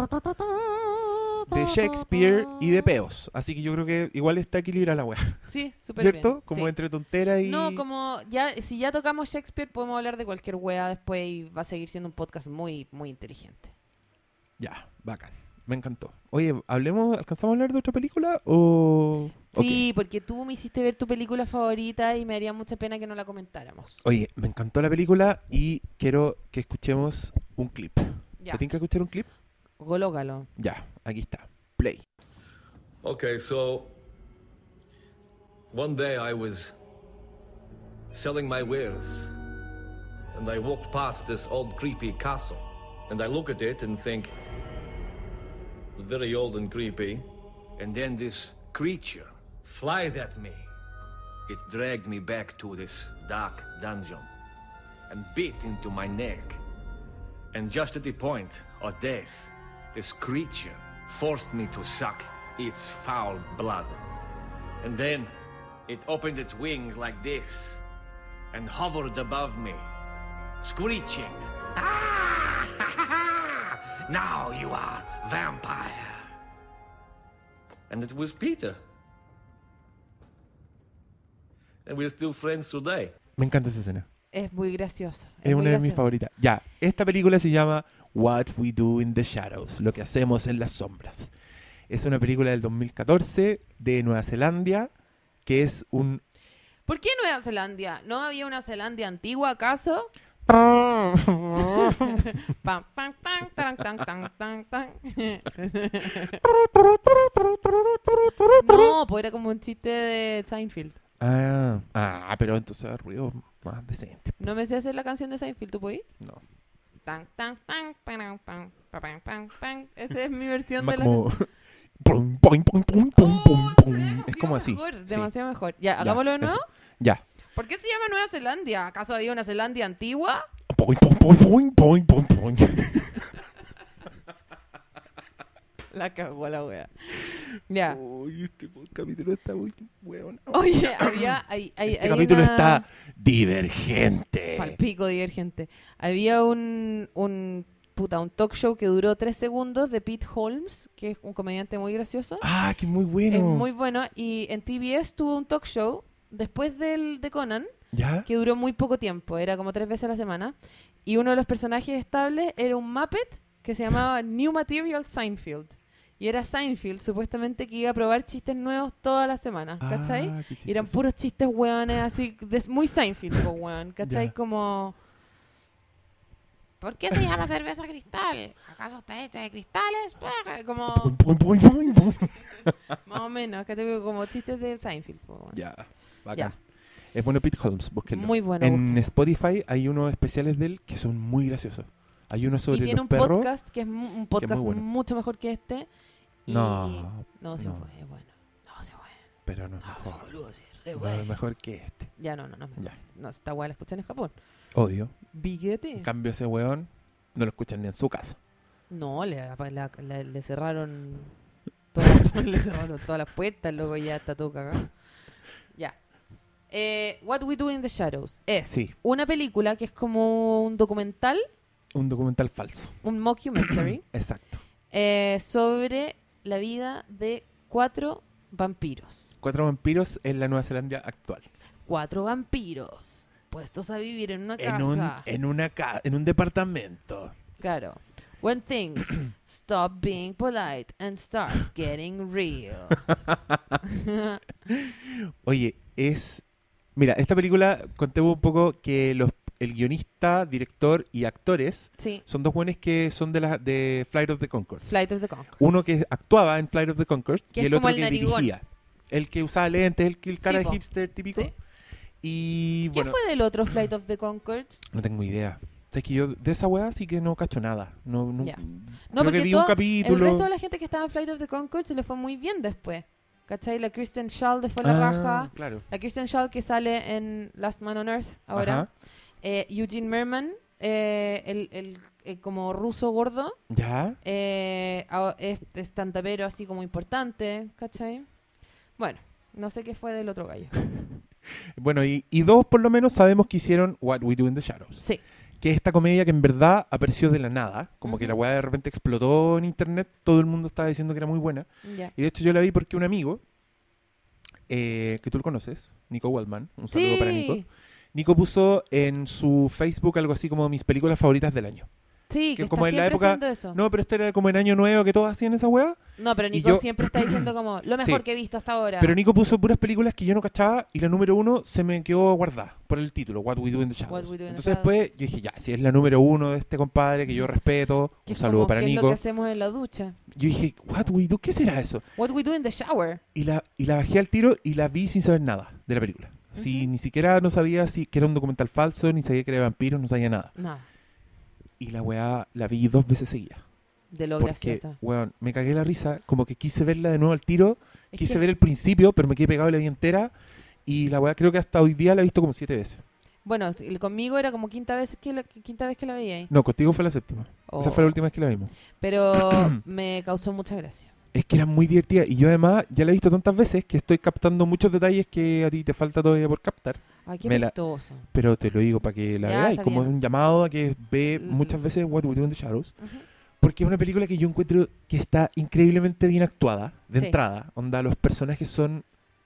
de Shakespeare y de peos. Así que yo creo que igual está equilibrada la weá. Sí, súper ¿Cierto? bien. Como Sí. entre tontera y... No, como ya, si ya tocamos Shakespeare, podemos hablar de cualquier wea después y va a seguir siendo un podcast muy, muy inteligente. Ya, bacán. Me encantó. Oye, ¿alcanzamos a hablar de otra película o...? Sí, porque tú me hiciste ver tu película favorita y me haría mucha pena que no la comentáramos. Oye, me encantó la película y quiero que escuchemos un clip. Ya, ¿Te tienes que escuchar un clip? gológalo. Ya, aquí está. Play. Okay, so one day I was selling my wares and I walked past this old creepy castle and I look at it and think very old and creepy, and then this creature flies at me. It dragged me back to this dark dungeon and bit into my neck. And just at the point of death, this creature forced me to suck its foul blood. And then it opened its wings like this and hovered above me, screeching, "Ah! Now you are vampire." And it was Peter. And we're still friends today. Me encanta esa escena. Es muy gracioso. Es muy una de mis gracioso. favoritas. Ya, esta película se llama What We Do in the Shadows, lo que hacemos en las sombras. Es una película del 2014 de Nueva Zelanda, que es un... ¿Por qué Nueva Zelanda? ¿No había una Zelanda antigua acaso? Pam, pam, pam, taran, tan, tan, tan, tan. No, pues era como un chiste de Seinfeld. Pero entonces ruido más decente. No me sé hacer la canción de Seinfeld, ¿tú puedes? No. Tan, tan, tan, pam, pam, pam, pam, pam. Esa es mi versión Más de como... pum, pum, pum, pum, pum, pum, pum. Es como así. Mejor, Sí. demasiado mejor. Ya, hagámoslo de nuevo. eso. Ya. ¿Por qué se llama Nueva Zelanda? ¿Acaso había una Zelandia antigua? Pum, pum, pum, pum, pum, pum, pum. La cagó la wea. Ya. Uy, este capítulo está muy weón. Oye, había... Este capítulo está divergente. Palpico divergente. Había un talk show que duró 3 segundos de Pete Holmes, que es un comediante muy gracioso. Que muy bueno. Es muy bueno. Y en TBS tuvo un talk show después del de Conan, ¿Ya? que duró muy poco tiempo. Era como 3 veces a la semana. Y uno de los personajes estables era un Muppet que se llamaba New Material Seinfeld. Y era Seinfeld, supuestamente, que iba a probar chistes nuevos todas las semanas, ¿cachai? Qué Y eran chistoso. puros chistes hueones así, muy Seinfeld, po, hueón, ¿cachai? Ya. Como... ¿Por qué se llama cerveza cristal? ¿Acaso está hecha de cristales? Como... Pum, pum, pum, pum, pum. Más o menos, ¿cachai? Como chistes de Seinfeld, po, hueón. Ya, bacán. Ya. Es bueno Pete Holmes, búsquenlo. Muy bueno. En búsquenlo. Spotify hay unos especiales de él que son muy graciosos. Hay uno sobre Y tiene los un perros. podcast que es un podcast bueno. mucho mejor que este. Y... No, No, sí no. fue, es bueno. No, sí fue. pero no es No, mejor. boludo, sí, re No bueno. es mejor que este. Ya, no. Ya. No, esta weá la escuchan en Japón. Odio. Biguete. En cambio, ese weón no lo escuchan ni en su casa. No, le cerraron le cerraron todas las puertas, luego ya está todo cagado. Ya. What We Do in the Shadows es Sí. una película que es como un documental, Un documental falso. un mockumentary, Exacto. sobre la vida de 4 vampiros. 4 vampiros en la Nueva Zelanda actual. 4 vampiros puestos a vivir en una En casa. en un departamento. Claro. When things stop being polite and start getting real. Oye, mira, esta película, contemos un poco que el guionista, director y actores Sí, son 2 buenos que son de Flight of the Conchords. Flight of the Conchords. Uno que actuaba en Flight of the Conchords Que y es el como otro el que narigón. dirigía. El que usaba lentes, el cara Sí, de po. hipster típico. Sí. Y ¿Qué bueno, fue del otro Flight of the Conchords? no tengo idea. O sea, es que yo de esa weá sí que no cacho nada. No, Ya. creo No, porque que vi todo- un capítulo. El resto de la gente que estaba en Flight of the Conchords se le fue muy bien después. ¿Cachai? La Kristen Schaal fue la raja. Claro. La Kristen Schaal que sale en Last Man on Earth ahora. Ajá. Eugene Merman, el como ruso gordo, Ya. es stand-upero así como importante, ¿cachai? Bueno, no sé qué fue del otro gallo. Bueno, y 2 por lo menos sabemos que hicieron What We Do in the Shadows. Sí, Que es esta comedia que en verdad apareció de la nada. Como que Ujú. la weá de repente explotó en internet. Todo el mundo estaba diciendo que era muy buena. ya. Y de hecho yo la vi porque un amigo, que tú lo conoces, Nico Waldman, un saludo para Nico. Nico puso en su Facebook algo así como mis películas favoritas del año. Sí, que que como está en la siempre época- haciendo eso. No, pero este era como en Año Nuevo que todos hacían esa weá. No, pero Y Nico yo- siempre está diciendo como lo mejor Sí. que he visto hasta ahora. Pero Nico puso puras películas que yo no cachaba y la número 1 se me quedó guardada por el título, What We Do in the Shadows. What We Do in the Entonces Shadows. después yo dije, ya, si es la número 1 de este compadre que yo respeto, Que un es saludo como, para ¿qué es lo Nico. que hacemos en la ducha? Yo dije, What We Do, ¿qué será eso? What we do in the shower. Y la bajé al tiro y la vi sin saber nada de la película. Así, Ujú. ni siquiera no sabía si que era un documental falso, ni sabía que era de vampiros, no sabía nada. No, Y la weá la vi 2 veces seguidas. de lo Porque, graciosa. weón, me cagué la risa, como que quise verla de nuevo al tiro, Es quise que- ver el principio, pero me quedé pegado y la vi entera. Y la weá creo que hasta hoy día la he visto como 7 veces. Bueno, conmigo era como quinta vez que la veía ahí. No, contigo fue la 7ª. Esa fue la Oh. última vez que la vimos. Pero me causó mucha gracia. Es que era muy divertida y yo además ya la he visto tantas veces que estoy captando muchos detalles que a ti te falta todavía por captar. Ay, qué Me la- vistoso. Pero te lo digo para que la Ya, veáis, está como bien. un llamado a que ve L- muchas veces What We Do in the Shadows. Ujú. Porque es una película que yo encuentro que está increíblemente bien actuada, de Sí. entrada. Onda, los personajes son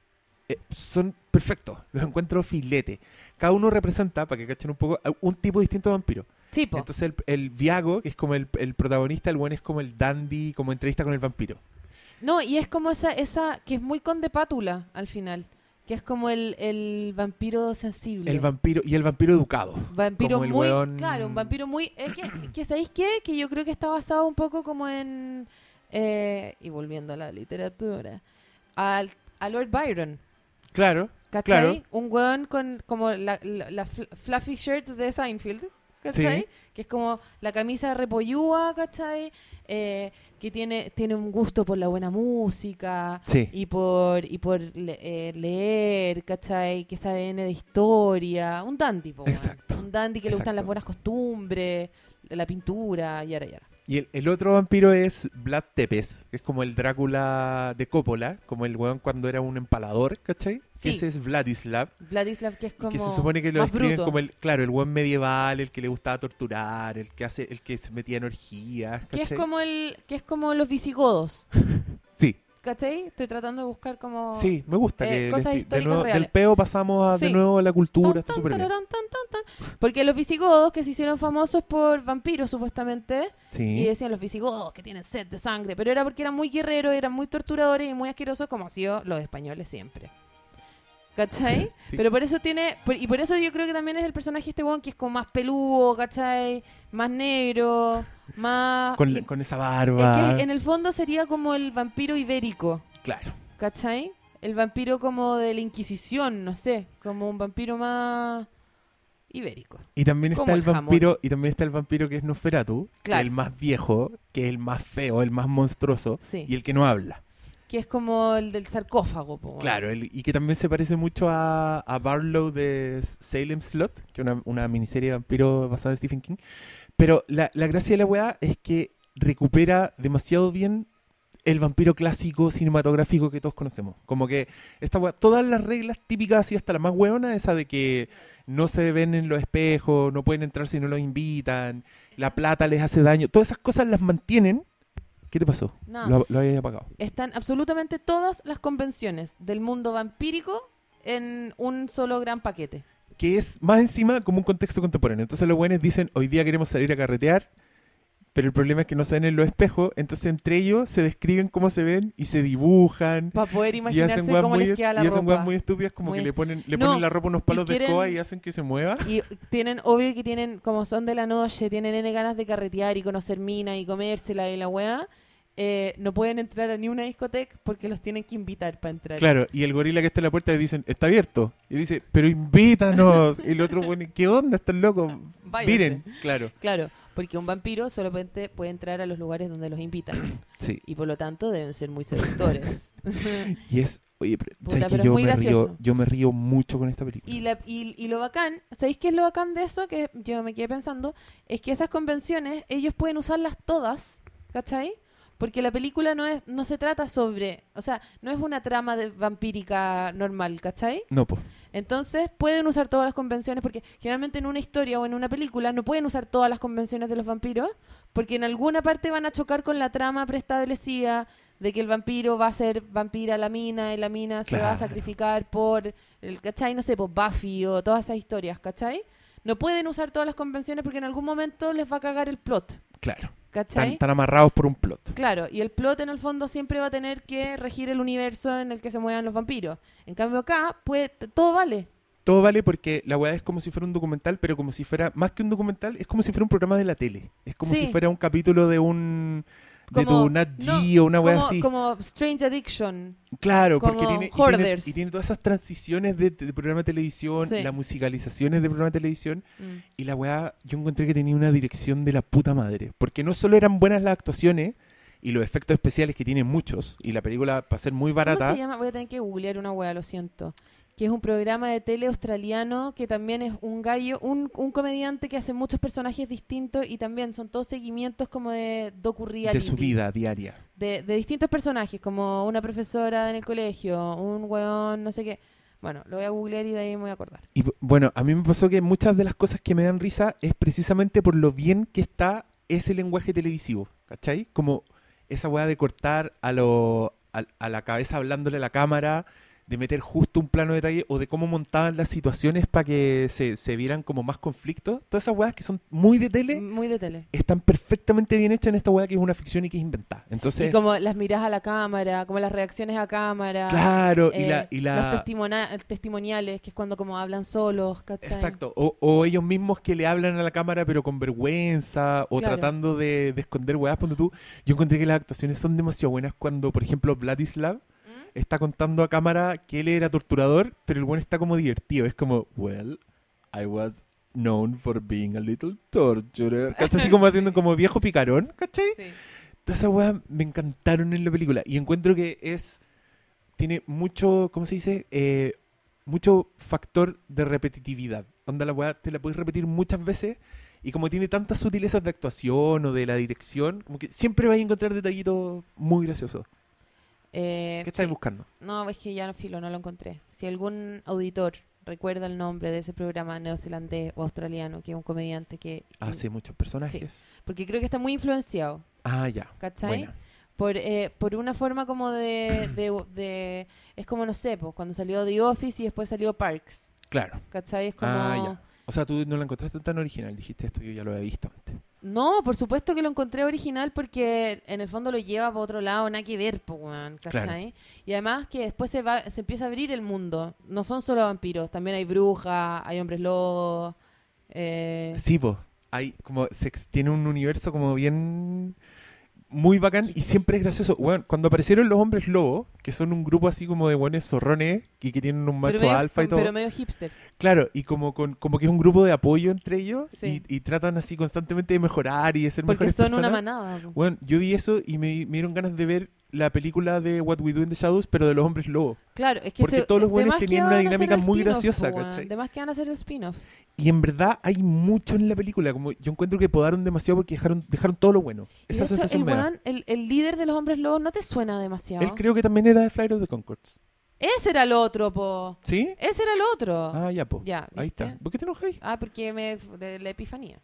perfectos, los encuentro filete. Cada uno representa, para que cachen un poco, un tipo distinto de vampiro. Sí, po. Entonces el Viago, que es como el protagonista, el buen es como el dandy, como entrevista con el vampiro. No, y es como esa que es muy conde pátula al final. que es como el vampiro sensible. El vampiro y el vampiro educado. Vampiro como el muy, weón- claro, un vampiro muy... que ¿sabéis qué? Que yo creo que está basado un poco como en... y volviendo a la literatura, a Lord Byron. Claro, ¿Cachai? claro. Un weón con como la fluffy shirt de Seinfeld, ¿cachai? Sí. Que es como la camisa repollúa, ¿cachai? Que tiene un gusto por la buena música Sí. y por leer, ¿cachai? Que sabe N de historia. Un dandy, po, weón. Exacto. Un dandy que le gustan Exacto. las buenas costumbres, la pintura, y ahora. Y el otro vampiro es Vlad Tepes, que es como el Drácula de Coppola, como el weón cuando era un empalador, ¿cachai? Sí. Que ese es Vladislav, Vladislav, que es y como que se supone que lo más describen bruto. como el, claro, el weón medieval, el que le gustaba torturar, el que se metía en orgías, que ¿cachai? que es como los visigodos. Sí, ¿Cachai? Estoy tratando de buscar como... sí, me gusta que cosas de históricas nuevo, reales. del peo pasamos de Sí. nuevo a la cultura, Tan, está tan, súper bien. tararán, tan. Porque los visigodos que se hicieron famosos por vampiros, supuestamente, y Sí, decían los visigodos que tienen sed de sangre, pero era porque eran muy guerreros, eran muy torturadores y muy asquerosos, como han sido los españoles siempre. ¿Cachai? sí. Pero por eso y por eso yo creo que también es el personaje este weón que es como más peludo, ¿cachai? Más negro, más... Con esa es barba, que en el fondo sería como el vampiro ibérico, claro. ¿cachai? El vampiro como de la Inquisición, no sé, como un vampiro más ibérico. Y también Como está el el jamón. vampiro, y también está el vampiro que es Nosferatu, que Claro. es el más viejo, que es el más feo, el más monstruoso, Sí. y el que no habla. Que es como el del sarcófago, po, weón. Claro, y que también se parece mucho a Barlow de Salem Slot, que es una miniserie de vampiro basada en Stephen King. Pero la gracia de la weá es que recupera demasiado bien el vampiro clásico cinematográfico que todos conocemos. Como que esta weá, todas las reglas típicas, así hasta la más weona, esa de que no se ven en los espejos, no pueden entrar si no los invitan, la plata les hace daño, todas esas cosas las mantienen. ¿Qué te pasó? Nada. Lo habías apagado. Están absolutamente todas las convenciones del mundo vampírico en un solo gran paquete. Que es más encima como un contexto contemporáneo. Entonces los buenos dicen, hoy día queremos salir a carretear, pero el problema es que no se ven en los espejos, entonces entre ellos se describen cómo se ven y se dibujan. Para poder Y imaginarse hacen weas cómo muy, les queda la y hacen ropa. weas muy estúpidas como Muy- que le ponen No, la ropa unos palos y de quieren- escoba y hacen que se mueva. Y tienen, obvio que tienen, como son de la noche, tienen N ganas de carretear y conocer minas y comérsela y la weá. No pueden entrar a ni una discoteca porque los tienen que invitar para entrar. Claro, y el gorila que está en la puerta le dicen, está abierto. Y dice, pero invítanos. Y el otro pone, ¿qué onda? ¿Están locos? Váyanse. Miren, claro. Claro, porque un vampiro solamente puede entrar a los lugares donde los invitan. Sí. Y por lo tanto deben ser muy seductores. Y es, oye, pero, Puta, ¿sabes pero que es muy gracioso. yo me río mucho con esta película? Y lo bacán, ¿sabéis qué es lo bacán de eso? Que yo me quedé pensando, es que esas convenciones, ellos pueden usarlas todas, ¿cachai? Porque la película no se trata sobre, o sea, no es una trama vampírica normal, ¿cachai? No, pues. Entonces pueden usar todas las convenciones, porque generalmente en una historia o en una película no pueden usar todas las convenciones de los vampiros, porque en alguna parte van a chocar con la trama preestablecida de que el vampiro va a ser vampira a la mina y la mina se va a Claro. sacrificar por, ¿cachai? No sé, por Buffy o todas esas historias, ¿cachai? No pueden usar todas las convenciones porque en algún momento les va a cagar el plot, Claro. ¿cachai? Están amarrados por un plot. Claro, y el plot en el fondo siempre va a tener que regir el universo en el que se muevan los vampiros. En cambio acá, todo vale. Todo vale porque la weá es como si fuera un documental, pero como si fuera, más que un documental, es como si fuera un programa de la tele. Es como Sí. si fuera un capítulo de Como- tu Nat Geo o una weá así. Como Strange Addiction. Claro, como porque tiene Hoarders. y tiene todas esas transiciones de programa de televisión, Sí. las musicalizaciones de programa de televisión, Mm. y la weá, yo encontré que tenía una dirección de la puta madre. Porque no solo eran buenas las actuaciones y los efectos especiales, que tienen muchos, y la película, para ser muy ¿Cómo barata, se llama? Voy a tener que googlear una wea, lo siento. Que es un programa de tele australiano que también es un gallo, un comediante que hace muchos personajes distintos y también son todos seguimientos como de docu-reality. de su vida diaria. De distintos personajes, como una profesora en el colegio, un weón, no sé qué. Bueno, lo voy a googlear y de ahí me voy a acordar. Y bueno, a mí me pasó que muchas de las cosas que me dan risa es precisamente por lo bien que está ese lenguaje televisivo, ¿cachai? Como esa weá de cortar a la cabeza hablándole a la cámara, de meter justo un plano de detalle o de cómo montaban las situaciones para que se vieran como más conflictos. Todas esas weas que son muy de tele Muy de tele. están perfectamente bien hechas en esta wea que es una ficción y que es inventada. Entonces, Y como las miradas a la cámara, como las reacciones a cámara. claro, Los testimoniales, que es cuando como hablan solos, ¿cachai? exacto, o ellos mismos que le hablan a la cámara pero con vergüenza o Claro. tratando de esconder weas. Ponte tú, yo encontré que las actuaciones son demasiado buenas cuando, por ejemplo, Vladislav está contando a cámara que él era torturador, pero el bueno está como divertido. Es como, well, I was known for being a little torturer. ¿Cachai? Así como haciendo como viejo picarón, ¿cachai? Sí. Todas esas weas me encantaron en la película. Y encuentro que tiene mucho, ¿cómo se dice? Mucho factor de repetitividad. Onda, la wea te la puedes repetir muchas veces. Y como tiene tantas sutilezas de actuación o de la dirección, como que siempre vais a encontrar detallitos muy graciosos. ¿Qué estáis Sí. buscando? No, es que ya no lo encontré. Si algún auditor recuerda el nombre de ese programa neozelandés o australiano, que es un comediante que... Hace muchos personajes. Porque creo que está muy influenciado, Ah, ya. ¿cachai? Buena. Por una forma como es como, no sé, pues, cuando salió The Office y después salió Parks, Claro. ¿cachai? Es como... Ah, ya. O sea, tú no la encontraste tan original. Dijiste esto, yo ya lo había visto antes. No, por supuesto que lo encontré original porque en el fondo lo lleva para otro lado, nada que ver, po, weón, ¿cachai? Y además que después se empieza a abrir el mundo. No son solo vampiros, también hay brujas, hay hombres lobos. Sí, pues. Tiene un universo como bien... Muy bacán y siempre es gracioso. Bueno, cuando aparecieron los hombres lobos, que son un grupo así como de buenos zorrones y que tienen un macho alfa y todo. Pero medio hipsters. Claro, y como que es un grupo de apoyo entre ellos Sí. y tratan así constantemente de mejorar y de ser Porque mejores son personas. una manada. Po. Bueno, yo vi eso y me dieron ganas de ver la película de What We Do in the Shadows, pero de los hombres lobos. Claro, es que Porque todos los de buenos más que tenían van una a hacer dinámica el muy spin-off, graciosa, po, weón. ¿cachai? De más que van a hacer el spin-off. Y en verdad hay mucho en la película. Como yo encuentro que podaron demasiado porque dejaron todo lo bueno. Y Esa de hecho, sensación el me da. weón, el líder de los hombres lobos, ¿no te suena demasiado? Él creo que también era de Flight of the Conchords. Ese era el otro, po. ¿Sí? Ese era el otro. Ah, ya, po. Ya, Ahí ¿viste? está. ¿Por qué te enojáis? Ah, porque de la epifanía.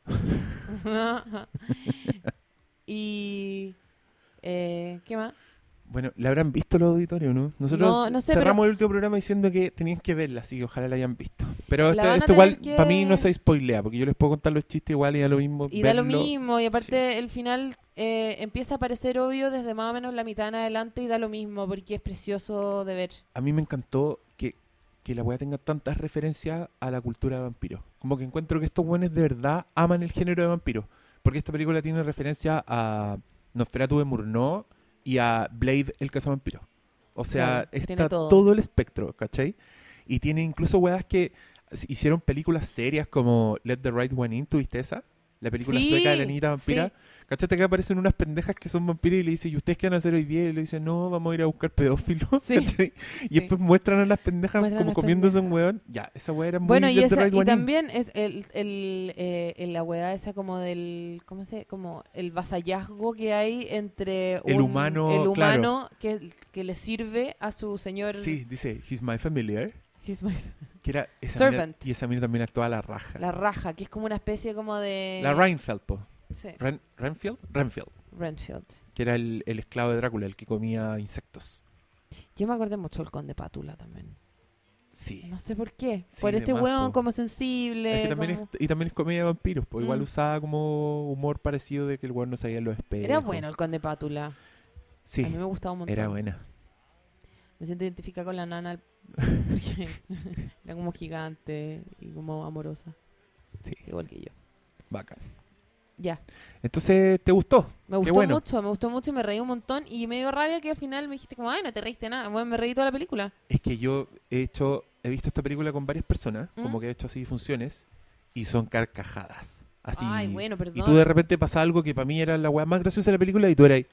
Y... ¿qué más? Bueno, la habrán visto los auditorios, ¿no? Nosotros No sé, cerramos pero- el último programa diciendo que tenían que verla, así que ojalá la hayan visto. Pero La van a esto igual, tener que- para mí no se spoilea, porque yo les puedo contar los chistes igual y da lo mismo. Y da lo verlo. mismo, y aparte el final empieza a parecer obvio desde más o menos la mitad en adelante y da lo mismo porque es precioso de ver. A mí me encantó que la weá tenga tantas referencias a la cultura de vampiros. Como que encuentro que estos buenos de verdad aman el género de vampiros. Porque esta película tiene referencia a Nosferatu de Murnau y a Blade, el cazavampiro. O sea, Claro, tiene está todo. todo el espectro, ¿cachai? Y tiene incluso weas que hicieron películas serias como Let the Right One In, ¿tuviste esa? La película Sí, sueca de la niñita vampira. sí. ¿Cachate que aparecen unas pendejas que son vampiros y le dicen, ¿y ustedes qué van a hacer hoy día? Y le dicen, no, vamos a ir a buscar pedófilos. Sí. ¿cachai? Y Sí. después muestran a las pendejas Muestran a como las comiéndose un pendejas. weón. Ya, esa wea era muy Bueno, Let the Right y One In. también es la weá esa como del, como el vasallazgo que hay entre El humano, que le sirve a su señor. Sí, dice, he's my familiar. He's my- Que era esa Servant. mina, y esa mina también actuaba la raja. la raja, que es como una especie como de... La Reinfeldt, po. Sí, Renfield, Renfield. que era el esclavo de Drácula, el que comía insectos. Yo me acordé mucho del Conde Pátula también. Sí. No sé por qué. Sí, Por de este más, hueón po. como sensible. Es que también como- y también es comedia de vampiros, pues igual Mm. usaba como humor parecido de que el weón no sabía los espejos. Era bueno el Conde Pátula. Sí, A mí me gustaba un montón. era buena. Me siento identificada con la nana porque era como gigante y como amorosa, Sí, igual que yo. bacán. Ya, Entonces, ¿te gustó? me gustó bueno. mucho y me reí un montón y me dio rabia que al final me dijiste como, ay, no te reíste nada. Bueno, me reí toda la película. Es que yo he visto esta película con varias personas, ¿Mm? como que he hecho así funciones, y son carcajadas. Así. Ay, bueno, Y perdón. tú de repente pasa algo que para mí era la weá más graciosa de la película y tú eras ahí.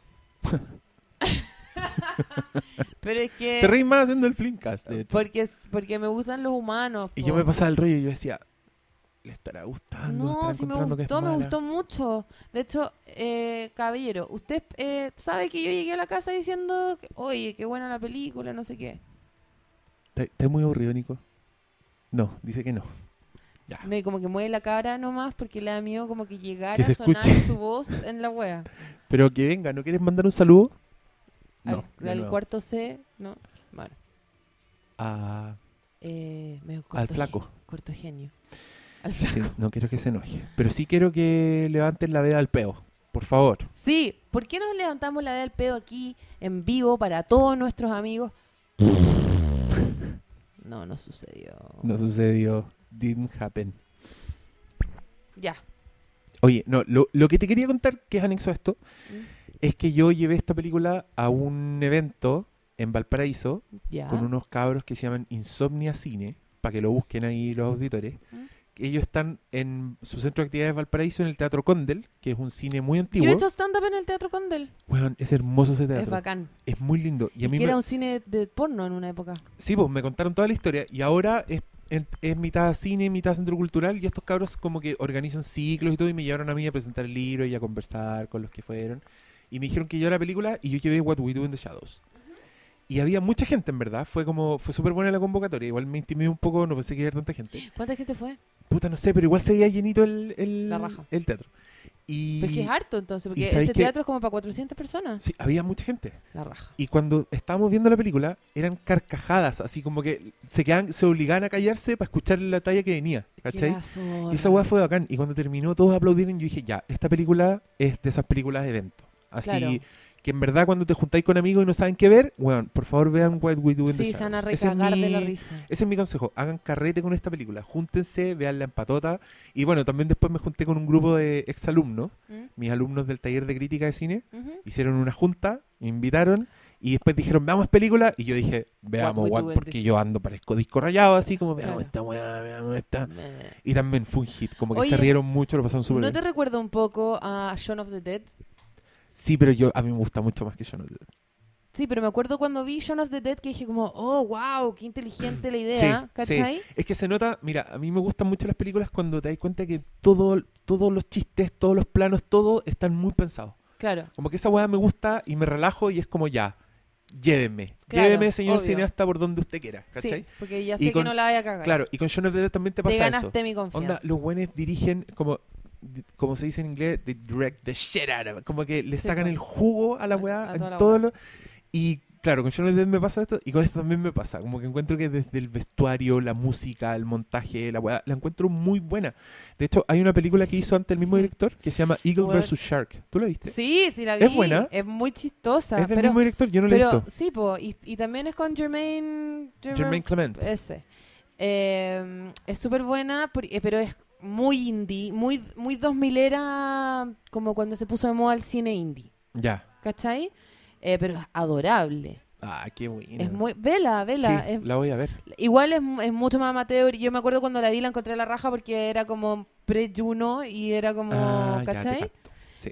Pero es que... Te reís más haciendo el Flimcast, de hecho. Porque me gustan los humanos. Y po. yo me pasaba el rollo y yo decía, ¿le estará gustando? ¿Le No, estará sí me encontrando que es gustó, me mala? gustó mucho. De hecho, caballero, usted sabe que yo llegué a la casa diciendo, oye, qué buena la película, no sé qué. ¿Estás muy aburrido, Nico? No, dice que no. Ya. No, y como que mueve la cara nomás porque le da miedo como que llegara Que se a sonar escuche. su voz en la wea. Pero que venga, ¿no quieres mandar un saludo? No. de Al nuevo. cuarto C, ¿no? Bueno. Medio al flaco. Corto genio. Sí, no quiero que se enoje. Pero sí quiero que levanten la veda al peo. Por favor. Sí, ¿por qué nos levantamos la veda al pedo aquí en vivo para todos nuestros amigos? No sucedió. No sucedió. Didn't happen. Ya. Oye, no, lo que te quería contar, que es anexo a esto, es que yo llevé esta película a un evento en Valparaíso Ya. con unos cabros que se llaman Insomnia Cine, para que lo busquen ahí los auditores. Ellos están en su centro de actividades Valparaíso, en el Teatro Condel, que es un cine muy antiguo. Yo he hecho stand-up en el Teatro Condel. Weón, es hermoso ese Es teatro. bacán. Es muy lindo. Y a mí que era un cine de porno en una época. Sí, pues me contaron toda la historia. Y ahora es mitad cine, mitad centro cultural. Y estos cabros como que organizan ciclos y todo. Y me llevaron a mí a presentar el libro y a conversar con los que fueron. Y me dijeron que yo era la película y yo llevé What We Do in the Shadows. Y había mucha gente, en verdad. Fue súper buena la convocatoria. Igual me intimidé un poco, no pensé que hubiera tanta gente. ¿Cuánta gente fue? Puta, no sé, pero igual se veía llenito La raja. el teatro. Y Pero es que es harto entonces, porque ¿sabéis ese qué? teatro es como para 400 personas. sí, había mucha gente. La raja. Y cuando estábamos viendo la película, eran carcajadas, así como que se obligaban a callarse para escuchar la talla que venía, ¿cachai? Y esa weá fue bacán. Y cuando terminó, todos aplaudieron. Yo dije, ya, esta película es de esas películas de evento. Así Claro. que en verdad, cuando te juntáis con amigos y no saben qué ver, weón, por favor vean What We Do in the Sí, se van a Shadows. Ese es recagar de la mi- risa. Ese es mi consejo. Hagan carrete con esta película. Júntense, veanla en patota. Y bueno, también después me junté con un grupo de exalumnos, mis alumnos del taller de crítica de cine. Hicieron una junta, me invitaron y después dijeron, veamos película. Y yo dije, veamos We What, Do in porque the yo ando parezco disco rayado, así como, veamos Claro. esta weá, veamos esta. Meh. Y también fue un hit, como que Oye, se rieron mucho, lo pasaron súper ¿No bien. te recuerda un poco a Shaun of the Dead? Sí, pero a mí me gusta mucho más que Shaun of the Dead. Sí, pero me acuerdo cuando vi Shaun of the Dead que dije como, oh, wow, qué inteligente la idea, Sí, ¿cachai? Es que se nota, mira, a mí me gustan mucho las películas cuando te das cuenta que todos los chistes, todos los planos, todo están muy pensados. Claro. Como que esa weá me gusta y me relajo y es como ya, llévenme. Claro, Lléveme, señor obvio. cineasta, por donde usted quiera, ¿cachai? Sí, porque ya Y sé con- que no la vaya a cagar. Claro, y con Shaun of the Dead también te Te pasa eso. ganaste mi confianza. Onda, los buenos dirigen como se dice en inglés, they direct the shit out of it. Como que le Sí, sacan po. el jugo a la weá A en toda la todo weá. lo... Y claro, con Shaun of the Dead me pasa esto y con esto también me pasa. Como que encuentro que desde el vestuario, la música, el montaje, la weá, la encuentro muy buena. De hecho, hay una película que hizo antes el mismo director que se llama Eagle Weón. vs. Shark. ¿Tú la viste? Sí, sí la vi. ¿Es buena? Es muy chistosa. Es del pero mismo director, yo no la he pero visto. sí, po, y también es con Jermaine Clement. Ese. Es súper buena, pero es muy indie, muy 2000era, como cuando se puso de moda el cine indie, Ya. ¿cachai? Pero es adorable. Ah, qué buena. Es muy... Vela. Sí, es- la voy a ver. igual es mucho más amateur. Yo me acuerdo cuando la vi, la encontré a la raja porque era como pre-Juno y era como... Ya te ¿cachai? capto. Sí.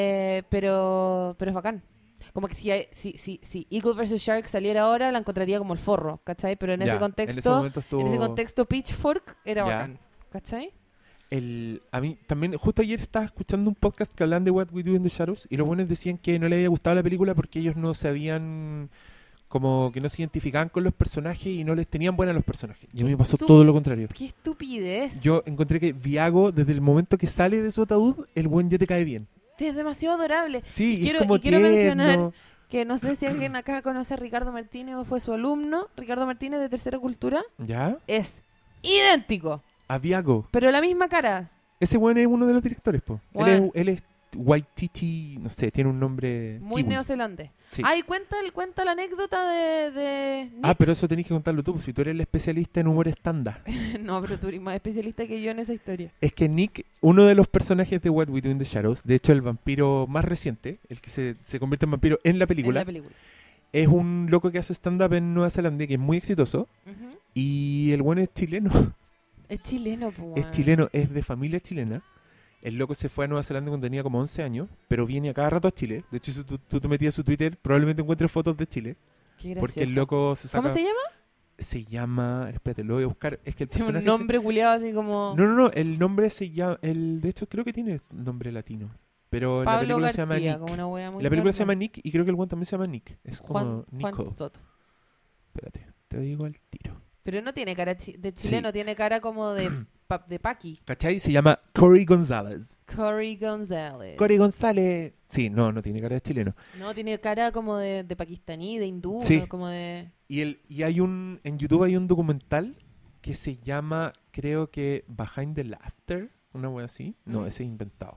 Pero es bacán. Como que si Eagle vs. Shark saliera ahora, la encontraría como el forro, ¿cachai? Pero en Ya, ese contexto, en ese momento estuvo... en ese contexto Pitchfork era Ya. bacán, ¿cachai? A mí también, justo ayer estaba escuchando un podcast que hablaban de What We Do in the Shadows y los buenos decían que no les había gustado la película porque ellos no sabían, como que no se identificaban con los personajes y no les tenían buenas los personajes. Y a mí me pasó Su- todo lo contrario. ¡Qué estupidez! Yo encontré que Viago, desde el momento que sale de su ataúd, el buen ya te cae bien. Sí, es demasiado adorable. Sí, Y quiero- es como y quiero tierno. mencionar Que no sé si alguien acá conoce a Ricardo Martínez o fue su alumno. Ricardo Martínez de Tercera Cultura. ¿Ya? Es idéntico, A Viago. pero la misma cara. Ese buen es uno de los directores, po. Weón. Él es Waititi, no sé, tiene un nombre Muy kiwi. neozelandés. Sí. Ay, cuenta la anécdota de Nick. Ah, pero eso tenés que contarlo tú, pues, si tú eres el especialista en humor estándar. No, pero tú eres más especialista que yo en esa historia. Es que Nick, uno de los personajes de What We Do in the Shadows, de hecho el vampiro más reciente, el que se convierte en vampiro en la película, En la película. es un loco que hace stand-up en Nueva Zelanda, que es muy exitoso, Ujú. y el bueno es chileno. Es chileno, po, Es weón. chileno, es de familia chilena. El loco se fue a Nueva Zelanda cuando tenía como 11 años, pero viene a cada rato a Chile. De hecho, si tú te metías a su Twitter, probablemente encuentres fotos de Chile. Qué Porque el gracioso. loco se saca... ¿Cómo se llama? Se llama... Espérate, lo voy a buscar. Es que el Tiene personaje... un nombre culiado así como No, el nombre se llama... De hecho, creo que tiene nombre latino. Pero en la Pablo película García, se llama Nick. como una wea muy En la película se llama normal. Nick y creo que el one también se llama Nick. Es como Juan Nico. Soto. Espérate, te digo al tiro. Pero no tiene cara de chileno, tiene cara como de de Paqui. ¿Cachai? Se llama Corey González. Corey González. Corey González. Sí, no tiene cara de chileno. No, tiene cara como de pakistaní, de hindú, Sí. ¿no? Como de... Y hay en YouTube hay un documental que se llama, creo que Behind the Laughter, una wea así. No, ese es inventado.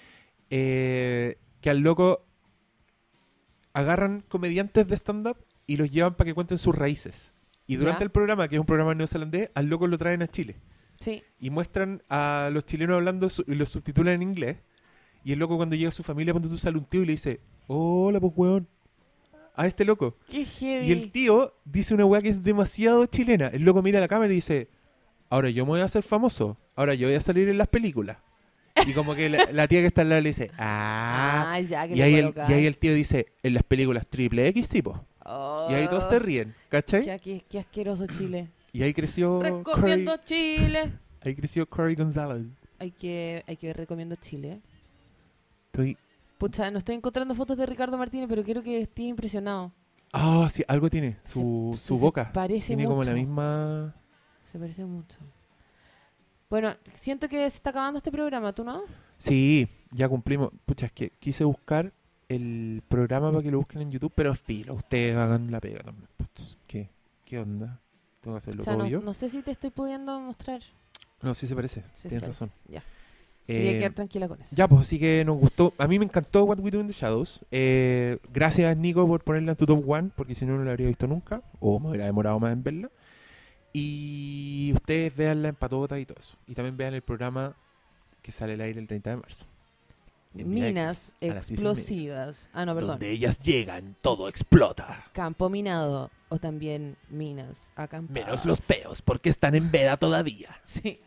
Que al loco agarran comediantes de stand-up y los llevan para que cuenten sus raíces. Y durante Ya. el programa, que es un programa neozelandés, al loco lo traen a Chile. Sí. Y muestran a los chilenos hablando y los subtitulan en inglés. Y el loco cuando llega a su familia, ponte tú, sale un tío y le dice, hola pues weón, a este loco. Qué heavy. Y el tío dice una weá que es demasiado chilena. El loco mira a la cámara y dice, ahora yo me voy a hacer famoso, ahora yo voy a salir en las películas. Y como que la tía que está al lado le dice, ya, que y le ahí, coloca. y ahí el tío dice, en las películas triple X, sí, po. Oh, Y ahí todos se ríen, ¿cachai? Qué asqueroso Chile. Y ahí creció Recomiendo Chile. Ahí creció Corey González. Hay que ver Recomiendo Chile. Estoy... Pucha, no estoy encontrando fotos de Ricardo Martínez, pero quiero que esté impresionado. Ah, sí, algo tiene. Su boca. Parece Tiene mucho. como la misma... Se parece mucho. Bueno, siento que se está acabando este programa, ¿tú no? Sí, ya cumplimos. Pucha, es que quise buscar el programa para que lo busquen en YouTube, pero filo, ustedes hagan la pega también. Pues, ¿Qué onda? ¿Tengo que hacerlo O sea, todo no, yo? no sé si te estoy pudiendo mostrar. No, sí se parece. Sí, Tienes se razón. parece. Ya. Quería Eh, quedar tranquila con eso. ya, pues así que nos gustó. A mí me encantó What We Do in the Shadows. Gracias, Nico, por ponerla en tu top 1, porque si no, no la habría visto nunca. O me hubiera demorado más en verla. Y ustedes veanla en Patota y todo eso. Y también vean el programa que sale al aire el 30 de marzo. En Minas Vía X, a las 10:30. explosivas. Ah, no, perdón. Donde ellas llegan, todo explota. Campo minado. O también minas acampadas. Menos los peos, porque están en veda todavía. Sí.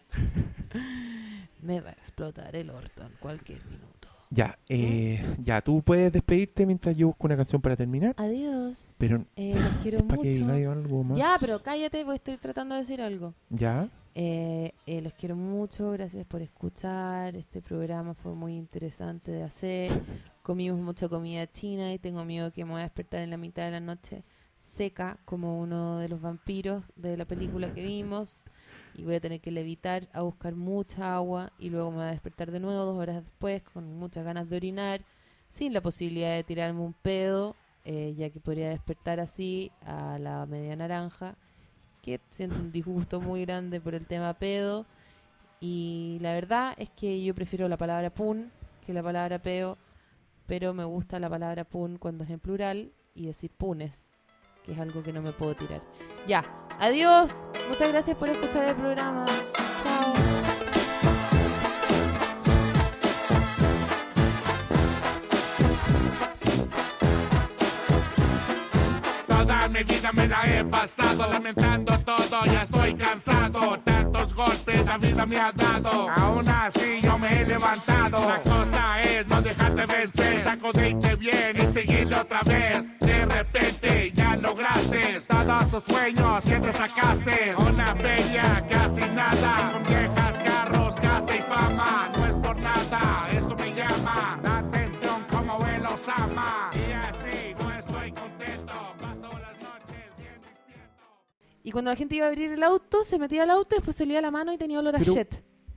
Me va a explotar el orto en cualquier minuto. Ya, ya, tú puedes despedirte mientras yo busco una canción para terminar. Adiós. Pero Los quiero para que mucho. digáis algo más. Ya, pero cállate, porque estoy tratando de decir algo. Ya. Los quiero mucho, gracias por escuchar. Este programa fue muy interesante de hacer. Comimos mucha comida china y tengo miedo que me voy a despertar en la mitad de la noche seca como uno de los vampiros de la película que vimos. Y voy a tener que levitar a buscar mucha agua y luego me voy a despertar de nuevo 2 horas después con muchas ganas de orinar, sin la posibilidad de tirarme un pedo, ya que podría despertar así a la media naranja, que siento un disgusto muy grande por el tema pedo. Y la verdad es que yo prefiero la palabra pun que la palabra peo, pero me gusta la palabra pun cuando es en plural y decir punes, que es algo que no me puedo tirar. Ya, adiós. Muchas gracias por escuchar el programa. Chao. Toda mi vida me la he pasado lamentando todo, ya estoy cansado. Tantos golpes la vida me ha dado, aún así yo me he levantado. La cosa es no dejarte vencer, sacudirte bien y seguirle otra vez. De repente ya lograste todos tus sueños y te sacaste una feria, casi nada, con viejas, carros, casa y fama. No es por nada, eso me llama la atención como él los ama. Y así no estoy contento, paso las noches bien despierto. Y cuando la gente iba a abrir el auto, se metía al auto y después se olía la mano y tenía olor a Pero- shit.